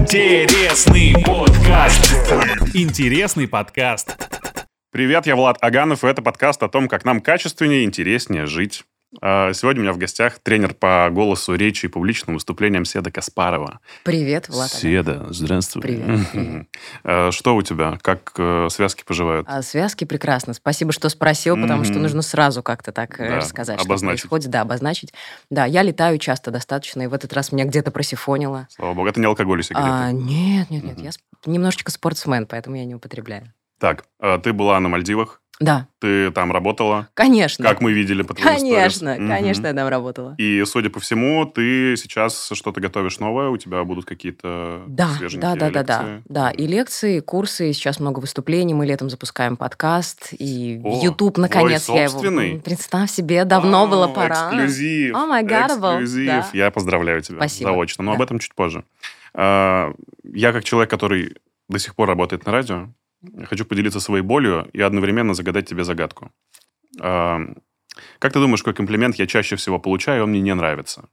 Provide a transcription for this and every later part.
Интересный подкаст. Интересный подкаст. Привет, я Влад Аганов, и это подкаст о том, как нам качественнее и интереснее жить. Сегодня у меня в гостях тренер по голосу, речи и публичным выступлениям Седа Каспарова. Привет, Влад. Седа, здравствуй. Привет. Что у тебя? Как связки поживают? Связки прекрасно. Спасибо, что спросил, потому что нужно сразу как-то так рассказать, обозначить. что происходит. Да, обозначить. Да, я летаю часто достаточно, и в этот раз меня где-то просифонило. Слава богу, это не алкоголь и сигареты. Нет. Я немножечко спортсмен, поэтому я не употребляю. Так, ты была на Мальдивах? Да. Ты там работала? Конечно. Как мы видели по твоим Конечно, сторис. конечно, я там работала. И, судя по всему, ты сейчас что-то готовишь новое, у тебя будут какие-то свеженькие лекции? Да, и лекции, и курсы, и сейчас много выступлений, мы летом запускаем подкаст, и в YouTube, наконец, твой я собственный? его... Представь себе, давно было пора. Эксклюзив. О май гад, эксклюзив. да. Я поздравляю тебя. Спасибо. Заочно, но Да. об этом чуть позже. Я, как человек, который до сих пор работает на радио, хочу поделиться своей болью и одновременно загадать тебе загадку. Как ты думаешь, какой комплимент я чаще всего получаю, и он мне не нравится?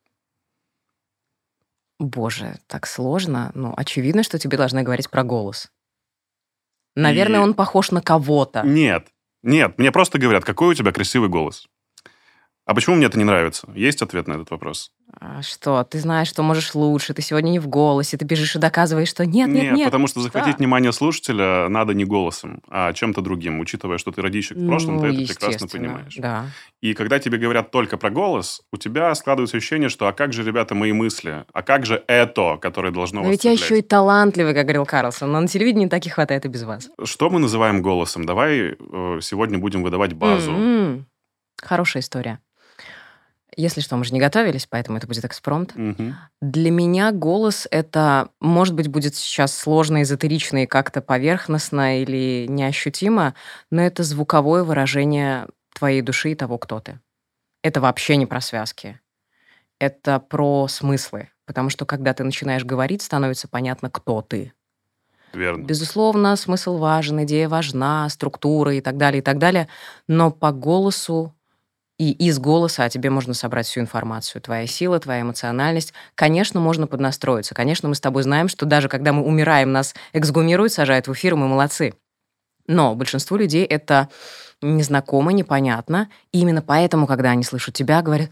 Боже, так сложно. Ну, очевидно, что тебе должны говорить про голос. Наверное, он похож на кого-то. Нет, мне просто говорят, какой у тебя красивый голос. А почему мне это не нравится? Есть ответ на этот вопрос? Что? Ты знаешь, что можешь лучше, ты сегодня не в голосе, ты бежишь и доказываешь, что нет. Потому что захватить внимание слушателя надо не голосом, а чем-то другим, учитывая, что ты радищик в прошлом, ты это прекрасно понимаешь. Да. И когда тебе говорят только про голос, у тебя складывается ощущение, что а как же, ребята, мои мысли? А как же это, которое должно Но вас ведь я цеплять? еще и талантливый, как говорил Карлсон, но на телевидении так и хватает и без вас. Что мы называем голосом? Давай сегодня будем выдавать базу. Хорошая история. Если что, мы же не готовились, поэтому это будет экспромт. Мгм. Для меня голос — это, может быть, будет сейчас сложно, эзотерично и как-то поверхностно или неощутимо, но это звуковое выражение твоей души и того, кто ты. Это вообще не про связки. Это про смыслы. Потому что, когда ты начинаешь говорить, становится понятно, кто ты. Верно. Безусловно, смысл важен, идея важна, структура и так далее, но по голосу и из голоса о тебе можно собрать всю информацию. Твоя сила, твоя эмоциональность. Конечно, можно поднастроиться. Конечно, мы с тобой знаем, что даже когда мы умираем, нас эксгумируют, сажают в эфир, и мы молодцы. Но большинству людей это незнакомо, непонятно. И именно поэтому, когда они слышат тебя, говорят: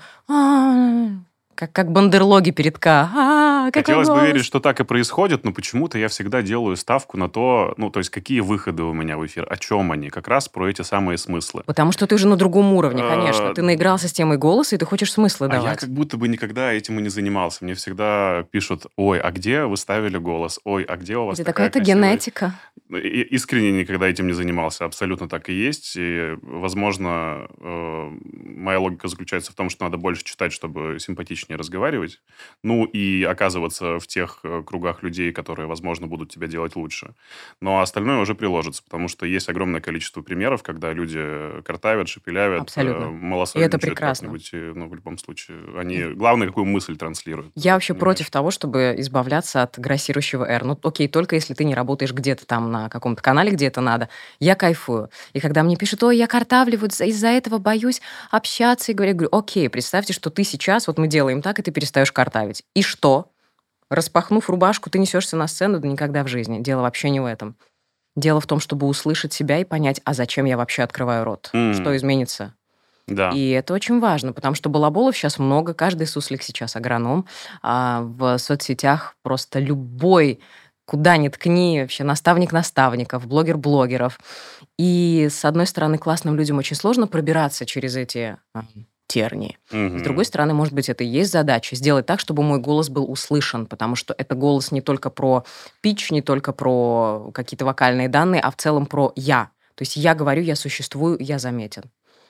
как бандерлоги перед какой Хотелось бы голос. верить, что так и происходит, но почему-то я всегда делаю ставку на то, то есть какие выходы у меня в эфир, о чем они, как раз про эти самые смыслы. Потому что ты уже на другом уровне, конечно. Ты наигрался с темой голоса, и ты хочешь смыслы А я давать. как будто бы никогда этим и не занимался. Мне всегда пишут: ой, а где вы ставили голос? Ой, а где у вас Ты такая такая, это красивая... генетика. И искренне никогда этим не занимался. Абсолютно так и есть. И, возможно, моя логика заключается в том, что надо больше читать, чтобы симпатичнее разговаривать. Ну, и оказываться в тех кругах людей, которые, возможно, будут тебя делать лучше. Но остальное уже приложится, потому что есть огромное количество примеров, когда люди картавят, шепелявят, Абсолютно. малосольничают И это прекрасно. как-нибудь. В любом случае, они, главное, какую мысль транслируют. Я вообще Понимаешь? против того, чтобы избавляться от грассирующего «р». Ну, окей, только если ты не работаешь где-то там на каком-то канале, где это надо. Я кайфую. И когда мне пишут: ой, я картавлю, вот из-за этого боюсь общаться, и говорю, окей, представьте, что ты сейчас, вот мы делаем так, и ты перестаешь картавить. И что? Распахнув рубашку, ты несешься на сцену? Да никогда в жизни. Дело вообще не в этом. Дело в том, чтобы услышать себя и понять, а зачем я вообще открываю рот? Что изменится? Да. И это очень важно, потому что балаболов сейчас много, каждый суслик сейчас агроном. А в соцсетях просто любой, куда ни ткни, вообще наставник наставников, блогер блогеров. И, с одной стороны, классным людям очень сложно пробираться через эти тернии. С другой стороны, может быть, это и есть задача — сделать так, чтобы мой голос был услышан, потому что это голос не только про питч, не только про какие-то вокальные данные, а в целом про «я». То есть я говорю, я существую, я заметен.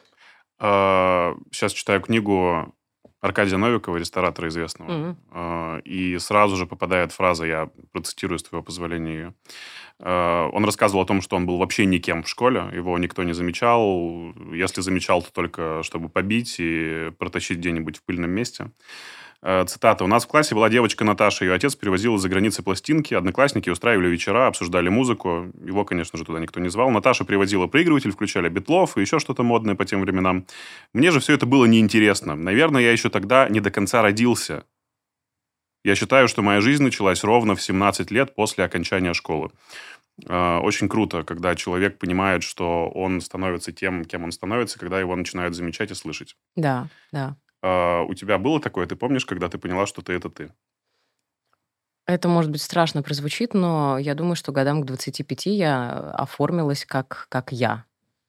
Сейчас читаю книгу Аркадия Новикова, ресторатора известного, и сразу же попадает фраза, я процитирую, с твоего позволения ее. Он рассказывал о том, что он был вообще никем в школе, его никто не замечал. Если замечал, то только чтобы побить и протащить где-нибудь в пыльном месте. Цитата. «У нас в классе была девочка Наташа, ее отец перевозил из-за границы пластинки, одноклассники устраивали вечера, обсуждали музыку, его, конечно же, туда никто не звал. Наташа привозила проигрыватель, включали Битлов и еще что-то модное по тем временам. Мне же все это было неинтересно. Наверное, я еще тогда не до конца родился. Я считаю, что моя жизнь началась ровно в 17 лет после окончания школы. Очень круто, когда человек понимает, что он становится тем, кем он становится, когда его начинают замечать и слышать. Да, да. У тебя было такое? Ты помнишь, когда ты поняла, что ты это ты? Это, может быть, страшно прозвучит, но я думаю, что годам к 25 я оформилась как я.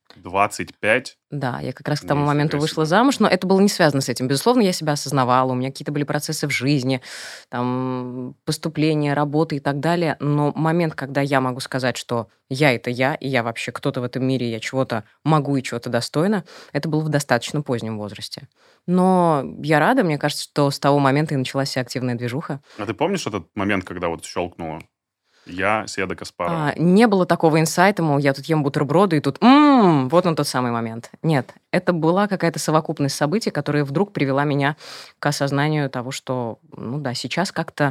25? Да, я как раз к тому Нифига моменту вышла себе. замуж, но это было не связано с этим. Безусловно, я себя осознавала, у меня какие-то были процессы в жизни, там, поступление, работа и так далее. Но момент, когда я могу сказать, что я — это я, и я вообще кто-то в этом мире, я чего-то могу и чего-то достойна, это было в достаточно позднем возрасте. Но я рада, мне кажется, что с того момента и началась вся активная движуха. А ты помнишь этот момент, когда вот щелкнуло? Я Седа Каспарова. Не было такого инсайта, мол, я тут ем бутерброды, и тут вот он тот самый момент. Нет, это была какая-то совокупность событий, которая вдруг привела меня к осознанию того, что, ну да, сейчас как-то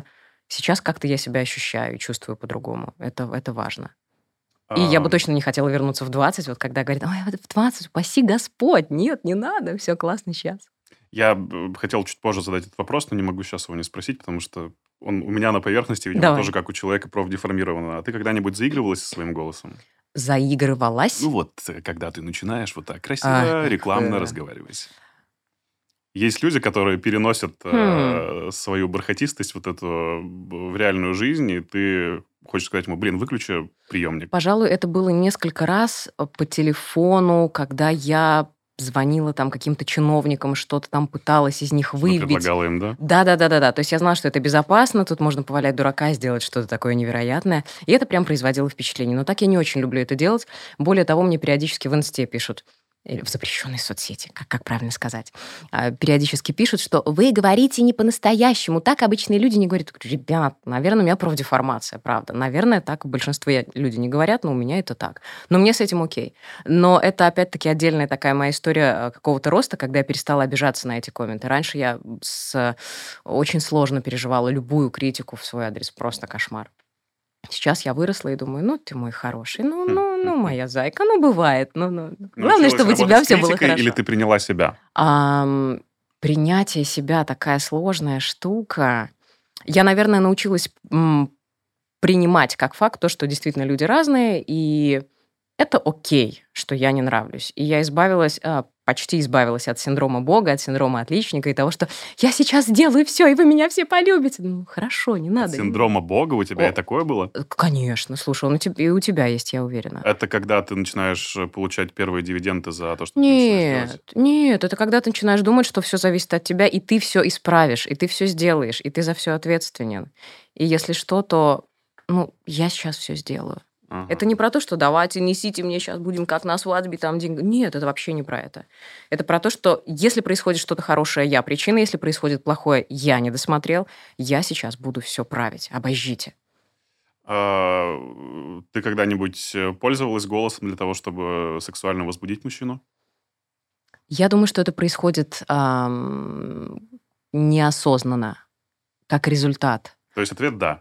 я себя ощущаю и чувствую по-другому. Это важно. И я бы А, точно не хотела вернуться в 20, вот когда говорят, ой, вот в 20, упаси Господь. Нет, не надо, все классно сейчас. Я хотел чуть позже задать этот вопрос, но не могу сейчас его не спросить, потому что он у меня на поверхности, видимо, Давай. тоже как у человека профдеформированного. А ты когда-нибудь заигрывалась со своим голосом? Заигрывалась. Ну вот, когда ты начинаешь вот так красиво, рекламно э. разговаривать. Есть люди, которые переносят свою бархатистость вот эту в реальную жизнь, и ты хочешь сказать ему, блин, выключи приемник. Пожалуй, это было несколько раз по телефону, когда я звонила там каким-то чиновникам, что-то там пыталась из них Ну, выбить. предлагала им, да? Да. То есть я знала, что это безопасно, тут можно повалять дурака, сделать что-то такое невероятное. И это прям производило впечатление. Но так я не очень люблю это делать. Более того, мне периодически в инсте пишут, или в запрещенной соцсети, как правильно сказать, периодически пишут, что вы говорите не по-настоящему. Так обычные люди не говорят. Я говорю, ребят, наверное, у меня профдеформация, правда. Наверное, так большинство люди не говорят, но у меня это так. Но мне с этим окей. Но это, опять-таки, отдельная такая моя история какого-то роста, когда я перестала обижаться на эти комменты. Раньше я очень сложно переживала любую критику в свой адрес. Просто кошмар. Сейчас я выросла и думаю, ну, ты мой хороший, ну, моя зайка, ну, бывает. Главное, Научилась чтобы у тебя работать с все было критикой, хорошо. или ты приняла себя? Принятие себя такая сложная штука. Я, наверное, научилась принимать как факт то, что действительно люди разные, и это окей, что я не нравлюсь. И я почти избавилась от синдрома Бога, от синдрома отличника и того, что я сейчас сделаю все, и вы меня все полюбите. Ну, хорошо, не надо. От синдрома Бога у тебя О. и такое было? Конечно, слушай, он и у тебя есть, я уверена. Это когда ты начинаешь получать первые дивиденды за то, что ты начинаешь делать? Нет, это когда ты начинаешь думать, что все зависит от тебя, и ты все исправишь, и ты все сделаешь, и ты за все ответственен. И если что, то, я сейчас все сделаю. Ага. Это не про то, что давайте, несите мне, сейчас будем как на свадьбе, там деньги. Нет, это вообще не про это. Это про то, что если происходит что-то хорошее, я причина, если происходит плохое, я не досмотрел, я сейчас буду все править. Обождите. Ты когда-нибудь пользовалась голосом для того, чтобы сексуально возбудить мужчину? Я думаю, что это происходит неосознанно, как результат. То есть ответ «да».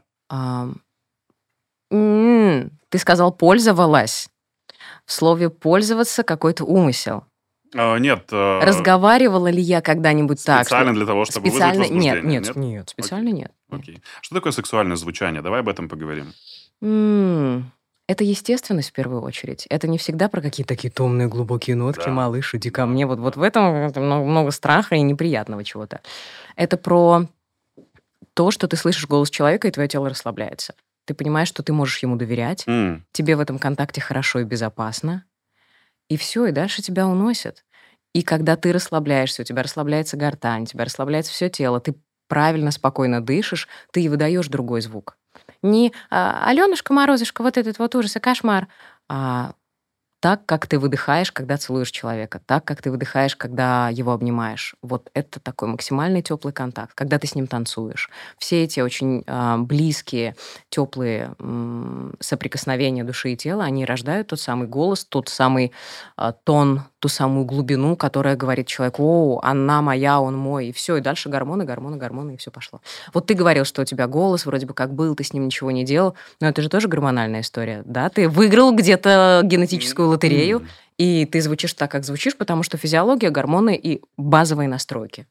Ты сказал «пользовалась». В слове «пользоваться» какой-то умысел. Нет. Разговаривала ли я когда-нибудь так? Специально для того, чтобы вызвать возбуждение? Нет, специально нет. Окей. Что такое сексуальное звучание? Давай об этом поговорим. Это естественность в первую очередь. Это не всегда про какие-то такие томные, глубокие нотки, Да. малыш, иди ко мне. Вот в этом много страха и неприятного чего-то. Это про то, что ты слышишь голос человека, и твое тело расслабляется. Ты понимаешь, что ты можешь ему доверять, тебе в этом контакте хорошо и безопасно, и все, и дальше тебя уносят. И когда ты расслабляешься, у тебя расслабляется гортань, у тебя расслабляется все тело, ты правильно, спокойно дышишь, ты и выдаешь другой звук. Не «Аленушка, Морозушка, вот этот вот ужас и кошмар», а так, как ты выдыхаешь, когда целуешь человека, так, как ты выдыхаешь, когда его обнимаешь. Вот это такой максимальный теплый контакт, когда ты с ним танцуешь. Все эти очень близкие, теплые соприкосновения души и тела, они рождают тот самый голос, тот самый тон, ту самую глубину, которая говорит человеку: «О, она моя, он мой», и все, и дальше гормоны, и все пошло. Вот ты говорил, что у тебя голос вроде бы как был, ты с ним ничего не делал, но это же тоже гормональная история, да? Ты выиграл где-то генетическую лотерею, и ты звучишь так, как звучишь, потому что физиология, гормоны и базовые настройки.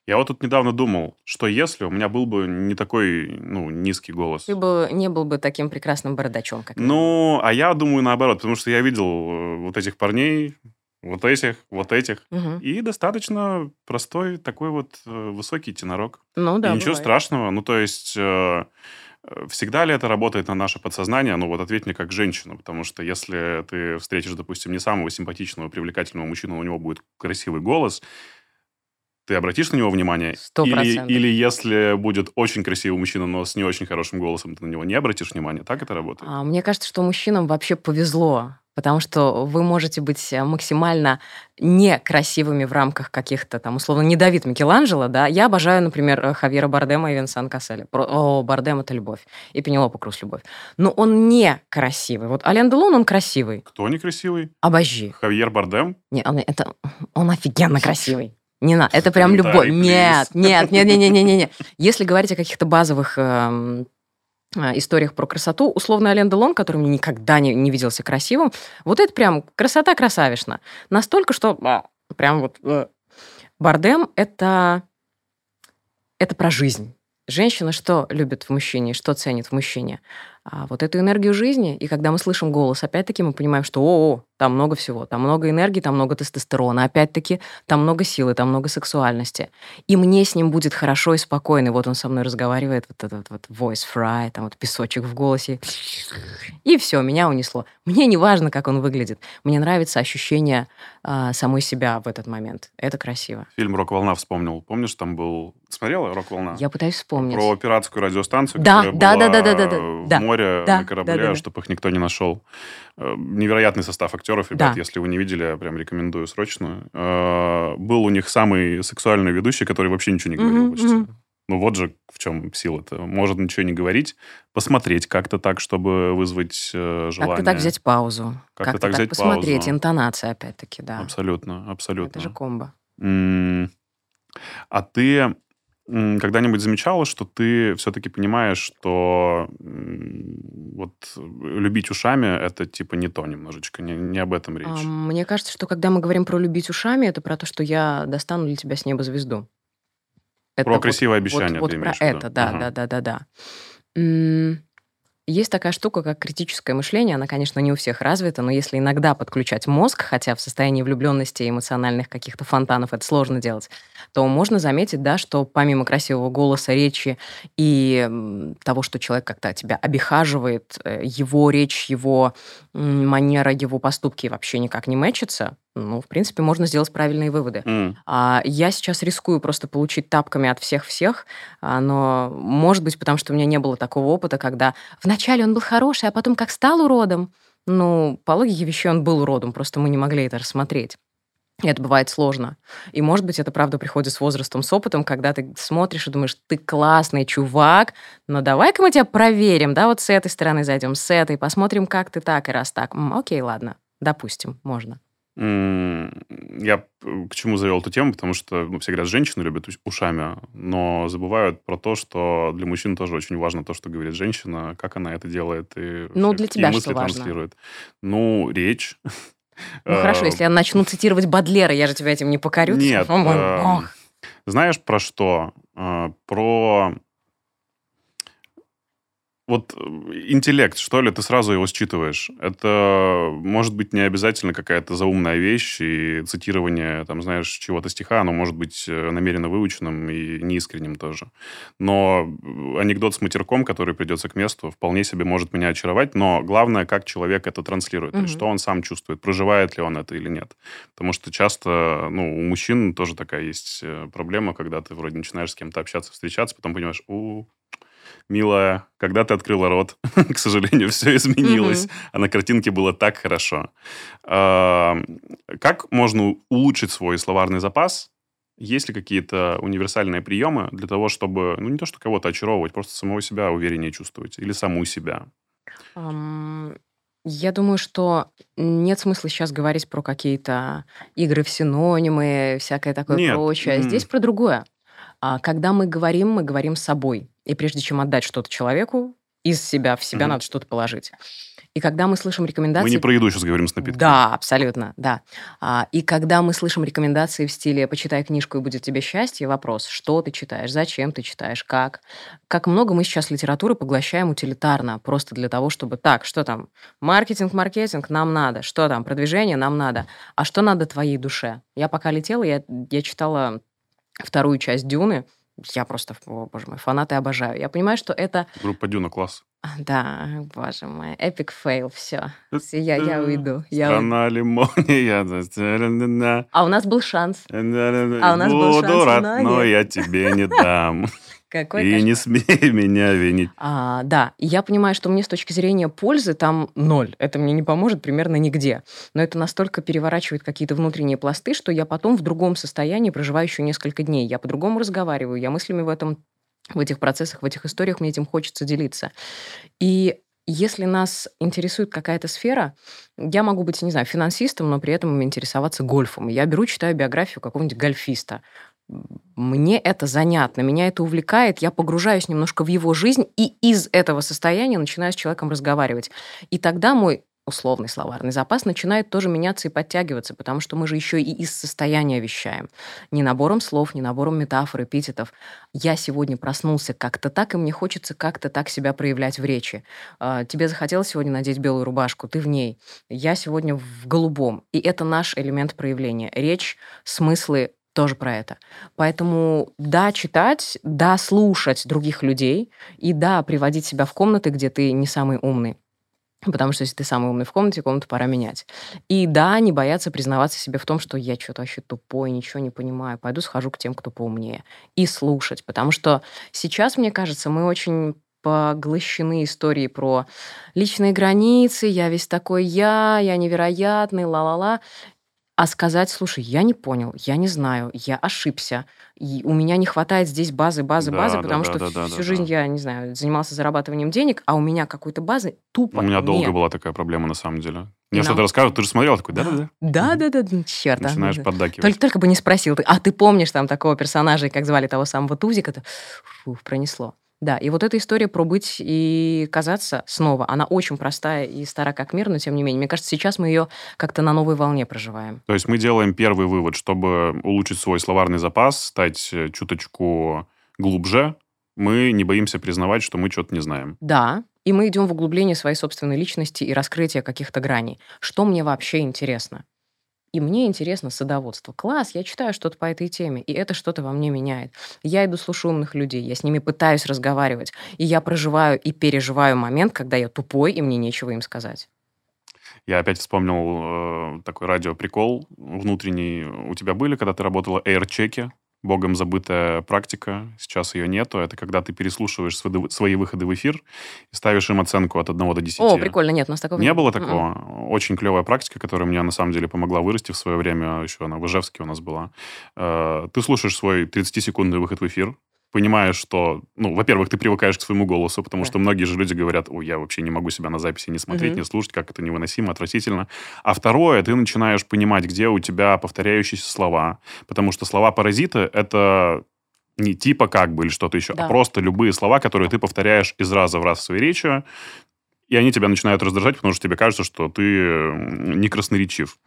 Я вот тут недавно думал, что если у меня был бы не такой, низкий голос. Ты бы не был бы таким прекрасным бородачом, как я. А я думаю наоборот, потому что я видел вот этих парней, вот этих, Мгм. и достаточно простой такой вот высокий тенорок. Ну И да, ничего бывает. страшного. Ну, то есть, всегда ли это работает на наше подсознание? Ну, вот ответь мне как женщина, потому что если ты встретишь, допустим, не самого симпатичного, привлекательного мужчину, у него будет красивый голос, ты обратишь на него внимание? 100%. Или если будет очень красивый мужчина, но с не очень хорошим голосом, ты на него не обратишь внимания? Так это работает? Мне кажется, что мужчинам вообще повезло, потому что вы можете быть максимально некрасивыми в рамках каких-то там, условно, не Давид Микеланджело, да. Я обожаю, например, Хавьера Бардема и Винсан Касселя. Бардем — это любовь. И Пенелопа Круз — любовь. Но он не красивый. Вот Ален Делон, он красивый. Кто некрасивый? Обожди. Хавьер Бардем? Не, он офигенно красивый. Не надо, это прям любовь. Комментарий, Нет. Если говорить о каких-то базовых историях про красоту, условно, Ален Делон, который мне никогда не виделся красивым, вот это прям красота-красавишна. Настолько, что прям вот Бардем — это про жизнь. Женщина что любит в мужчине, что ценит в мужчине? Вот эту энергию жизни. И когда мы слышим голос, опять-таки мы понимаем, что там много всего, там много энергии, там много тестостерона, опять-таки там много силы, там много сексуальности. И мне с ним будет хорошо и спокойно. И вот он со мной разговаривает, вот этот вот voice fry, там вот песочек в голосе. И все, меня унесло. Мне не важно, как он выглядит. Мне нравится ощущение самой себя в этот момент. Это красиво. Фильм «Рок-волна» вспомнил. Помнишь, там был... Смотрела «Рок-волна»? Я пытаюсь вспомнить. Про пиратскую радиостанцию, Да, которая да. была в Да, море да, на корабле, да. чтобы их никто не нашел. Невероятный состав актеров, ребят. Да. Если вы не видели, я прям рекомендую срочно. Был у них самый сексуальный ведущий, который вообще ничего не говорил почти. Ну вот же в чем сила-то. Может ничего не говорить, посмотреть как-то так, чтобы вызвать желание. Как-то так взять паузу. Как-то так взять посмотреть. паузу. Интонация, опять-таки, да. Абсолютно. Это же комбо. А ты когда-нибудь замечала, что ты все-таки понимаешь, что вот любить ушами — это типа не то немножечко, не об этом речь? Мне кажется, что когда мы говорим про любить ушами, это про то, что я достану для тебя с неба звезду. Это Про красивое обещание вот ты про имеешь в виду? это, Ага. да. Есть такая штука, как критическое мышление. Она, конечно, не у всех развита, но если иногда подключать мозг, хотя в состоянии влюбленности и эмоциональных каких-то фонтанов это сложно делать, то можно заметить, да, что помимо красивого голоса, речи и того, что человек как-то тебя обихаживает, его речь, его манера, его поступки вообще никак не мэчатся, в принципе, можно сделать правильные выводы. Я сейчас рискую просто получить тапками от всех-всех, но, может быть, потому что у меня не было такого опыта, когда вначале он был хороший, а потом как стал уродом. По логике вещей он был уродом, просто мы не могли это рассмотреть. И это бывает сложно. И, может быть, это правда приходит с возрастом, с опытом, когда ты смотришь и думаешь, ты классный чувак, но давай-ка мы тебя проверим, да, вот с этой стороны зайдем, с этой, посмотрим, как ты так, и раз так. Окей, ладно, допустим, можно. Я к чему завел эту тему, потому что все говорят, женщины любят ушами, но забывают про то, что для мужчин тоже очень важно то, что говорит женщина, как она это делает и для тебя мысли что важно? транслирует. Речь. Хорошо, если я начну цитировать Бодлера, я же тебя этим не покорю. Нет. О, мой бог. Знаешь, про что? Про... Вот интеллект, что ли, ты сразу его считываешь. Это может быть не обязательно какая-то заумная вещь, и цитирование, там, знаешь, чего-то стиха, оно может быть намеренно выученным и неискренним тоже. Но анекдот с матерком, который придется к месту, вполне себе может меня очаровать, но главное, как человек это транслирует, то есть что он сам чувствует, проживает ли он это или нет. Потому что часто, у мужчин тоже такая есть проблема, когда ты вроде начинаешь с кем-то общаться, встречаться, потом понимаешь, милая, когда ты открыла рот, к сожалению, все изменилось, а на картинке было так хорошо. Как можно улучшить свой словарный запас? Есть ли какие-то универсальные приемы для того, чтобы, не то что кого-то очаровывать, просто самого себя увереннее чувствовать или саму себя? Я думаю, что нет смысла сейчас говорить про какие-то игры в синонимы, всякое такое Нет. прочее. Здесь про другое. Когда мы говорим с собой. И прежде чем отдать что-то человеку, из себя, в себя надо что-то положить. И когда мы слышим рекомендации... Мы не про еду сейчас говорим с напитками. Да, абсолютно, да. И когда мы слышим рекомендации в стиле «почитай книжку, и будет тебе счастье», вопрос, что ты читаешь, зачем ты читаешь, как. Как много мы сейчас литературы поглощаем утилитарно, просто для того, чтобы... Так, что там? Маркетинг, нам надо. Что там? Продвижение, нам надо. А что надо твоей душе? Я пока летела, я читала вторую часть «Дюны». Я просто, о, боже мой, фанаты обожаю. Я понимаю, что это... Группа Дюна, класс. Да, боже мой, эпик фейл, все. Я уйду. Страна лимония. А у нас был шанс. Буду рад, но я тебе не дам. Какой И не смей меня винить. Да, и я понимаю, что мне с точки зрения пользы там 0. Это мне не поможет примерно нигде. Но это настолько переворачивает какие-то внутренние пласты, что я потом в другом состоянии проживаю еще несколько дней. Я по-другому разговариваю, я мыслями в этих процессах, в этих историях мне этим хочется делиться. И если нас интересует какая-то сфера, я могу быть, не знаю, финансистом, но при этом интересоваться гольфом. Я беру, читаю биографию какого-нибудь гольфиста. Мне это занятно, меня это увлекает, я погружаюсь немножко в его жизнь и из этого состояния начинаю с человеком разговаривать. И тогда мой условный словарный запас начинает тоже меняться и подтягиваться, потому что мы же еще и из состояния вещаем. Не набором слов, не набором метафор, эпитетов. Я сегодня проснулся как-то так, и мне хочется как-то так себя проявлять в речи. Тебе захотелось сегодня надеть белую рубашку, ты в ней. Я сегодня в голубом. И это наш элемент проявления. Речь, смыслы, тоже про это. Поэтому да, читать, да, слушать других людей, и да, приводить себя в комнаты, где ты не самый умный. Потому что если ты самый умный в комнате, комнату пора менять. И да, не бояться признаваться себе в том, что я что-то вообще тупой, ничего не понимаю, пойду схожу к тем, кто поумнее. И слушать. Потому что сейчас, мне кажется, мы очень поглощены историей про личные границы, я весь такой я невероятный, ла-ла-ла. А сказать, слушай, я не понял, я не знаю, я ошибся, и у меня не хватает здесь базы, потому что всю жизнь я, не знаю, занимался зарабатыванием денег, а у меня какой-то базы тупо У меня долго нет. была такая проблема, на самом деле. И Мне что-то нам- рассказывают, ты же смотрел, такой, да-да-да. Да, черт. Начинаешь поддакивать. Только бы не спросил. А ты помнишь там такого персонажа, как звали того самого Тузика-то? Пронесло. Да, и вот эта история про быть и казаться снова, она очень простая и стара как мир, но тем не менее. Мне кажется, сейчас мы ее как-то на новой волне проживаем. То есть мы делаем первый вывод, чтобы улучшить свой словарный запас, стать чуточку глубже, мы не боимся признавать, что мы что-то не знаем. Да, и мы идем в углубление своей собственной личности и раскрытие каких-то граней. Что мне вообще интересно? И мне интересно садоводство. Класс, я читаю что-то по этой теме, и это что-то во мне меняет. Я иду слушаю умных людей, я с ними пытаюсь разговаривать, и я проживаю и переживаю момент, когда я тупой, и мне нечего им сказать. Я опять вспомнил такой радиоприкол внутренний. У тебя были, когда ты работала, эйр-чеки? Богом забытая практика, сейчас ее нету. Это когда ты переслушиваешь свои выходы в эфир и ставишь им оценку от 1 до 10. О, прикольно, нет, у нас такого Не было было. такого? Очень клевая практика, которая мне на самом деле помогла вырасти в свое время. Еще она в Ижевске у нас была. Ты слушаешь свой 30-секундный выход в эфир, понимаешь, что, во-первых, ты привыкаешь к своему голосу, потому Да. что многие же люди говорят, ой, я вообще не могу себя на записи не смотреть, не слушать, как это невыносимо, отвратительно. А второе, ты начинаешь понимать, где у тебя повторяющиеся слова, потому что слова-паразиты — это не типа как бы или что-то еще, Да. а просто любые слова, которые ты повторяешь из раза в раз в своей речи, и они тебя начинают раздражать, потому что тебе кажется, что ты не красноречив.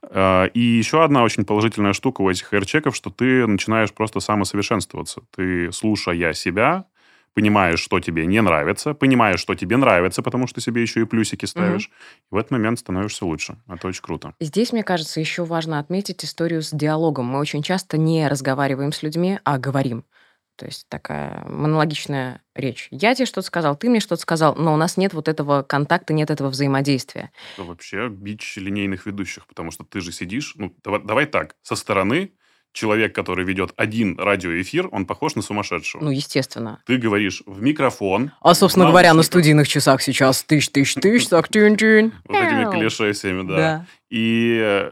И еще одна очень положительная штука у этих эйр-чеков, что ты начинаешь просто самосовершенствоваться. Ты, слушая себя, понимаешь, что тебе не нравится, понимаешь, что тебе нравится, потому что себе еще и плюсики ставишь. И в этот момент становишься лучше. Это очень круто. Здесь, мне кажется, еще важно отметить историю с диалогом. Мы очень часто не разговариваем с людьми, а говорим. То есть такая монологичная речь. Я тебе что-то сказал, ты мне что-то сказал, но у нас нет вот этого контакта, нет этого взаимодействия. Это вообще бич линейных ведущих, потому что ты же сидишь... давай так, со стороны человек, который ведет один радиоэфир, он похож на сумасшедшего. Естественно. Ты говоришь в микрофон. А, собственно в говоря, на наушниках. студийных часах сейчас тысяч, так тюнь-тюнь. Вот этими клишесями, да. Да. И,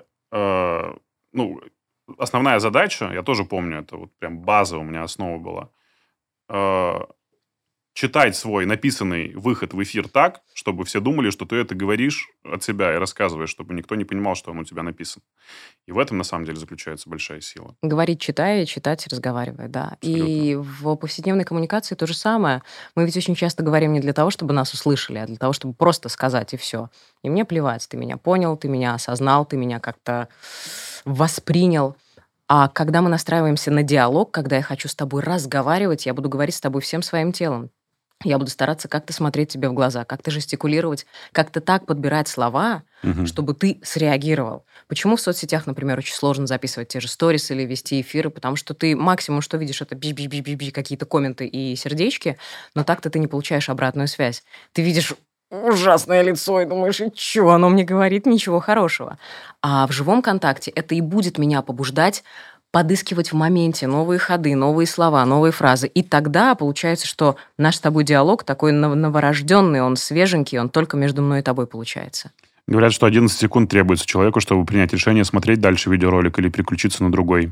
основная задача, я тоже помню, это вот прям база у меня основа была, читать свой написанный выход в эфир так, чтобы все думали, что ты это говоришь от себя и рассказываешь, чтобы никто не понимал, что он у тебя написан. И в этом, на самом деле, заключается большая сила. Говорить, читая, читать, разговаривая, да. Абсолютно. И в повседневной коммуникации то же самое. Мы ведь очень часто говорим не для того, чтобы нас услышали, а для того, чтобы просто сказать, и все. И мне плевать, ты меня понял, ты меня осознал, ты меня как-то воспринял. А когда мы настраиваемся на диалог, когда я хочу с тобой разговаривать, я буду говорить с тобой всем своим телом. Я буду стараться как-то смотреть тебе в глаза, как-то жестикулировать, как-то так подбирать слова, чтобы ты среагировал. Почему в соцсетях, например, очень сложно записывать те же сторис или вести эфиры? Потому что ты максимум, что видишь, это би-би-би-би-би, какие-то комменты и сердечки, но так-то ты не получаешь обратную связь. Ты видишь ужасное лицо и думаешь, и что оно мне говорит? Ничего хорошего. А в живом контакте это и будет меня побуждать подыскивать в моменте новые ходы, новые слова, новые фразы. И тогда получается, что наш с тобой диалог такой новорожденный, он свеженький, он только между мной и тобой получается. Говорят, что 11 секунд требуется человеку, чтобы принять решение, смотреть дальше видеоролик или переключиться на другой.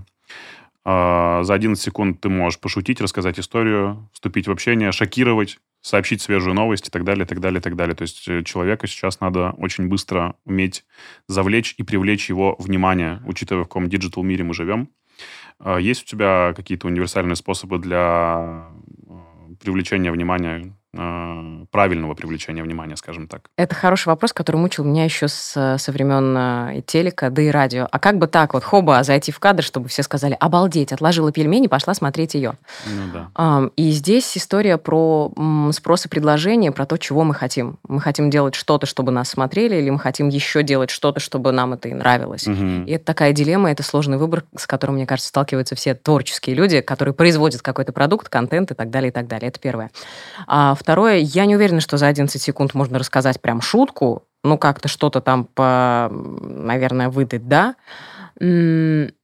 За 11 секунд ты можешь пошутить, рассказать историю, вступить в общение, шокировать, сообщить свежую новость и так далее, и так далее, и так далее. То есть человека сейчас надо очень быстро уметь завлечь и привлечь его внимание, учитывая, в каком диджитал-мире мы живем. Есть у тебя какие-то универсальные способы для привлечения внимания, правильного привлечения внимания, скажем так? Это хороший вопрос, который мучил меня еще со времен телека, да и радио. А как бы так вот, хоба, зайти в кадр, чтобы все сказали, обалдеть, отложила пельмени, пошла смотреть ее. Ну да. И здесь история про спрос и предложение, про то, чего мы хотим. Мы хотим делать что-то, чтобы нас смотрели, или мы хотим еще делать что-то, чтобы нам это и нравилось. И это такая дилемма, это сложный выбор, с которым, мне кажется, сталкиваются все творческие люди, которые производят какой-то продукт, контент и так далее, и так далее. Это первое. А второе, я не уверена, что за 11 секунд можно рассказать прям шутку, ну, как-то что-то там, наверное, выдать, да. Прямой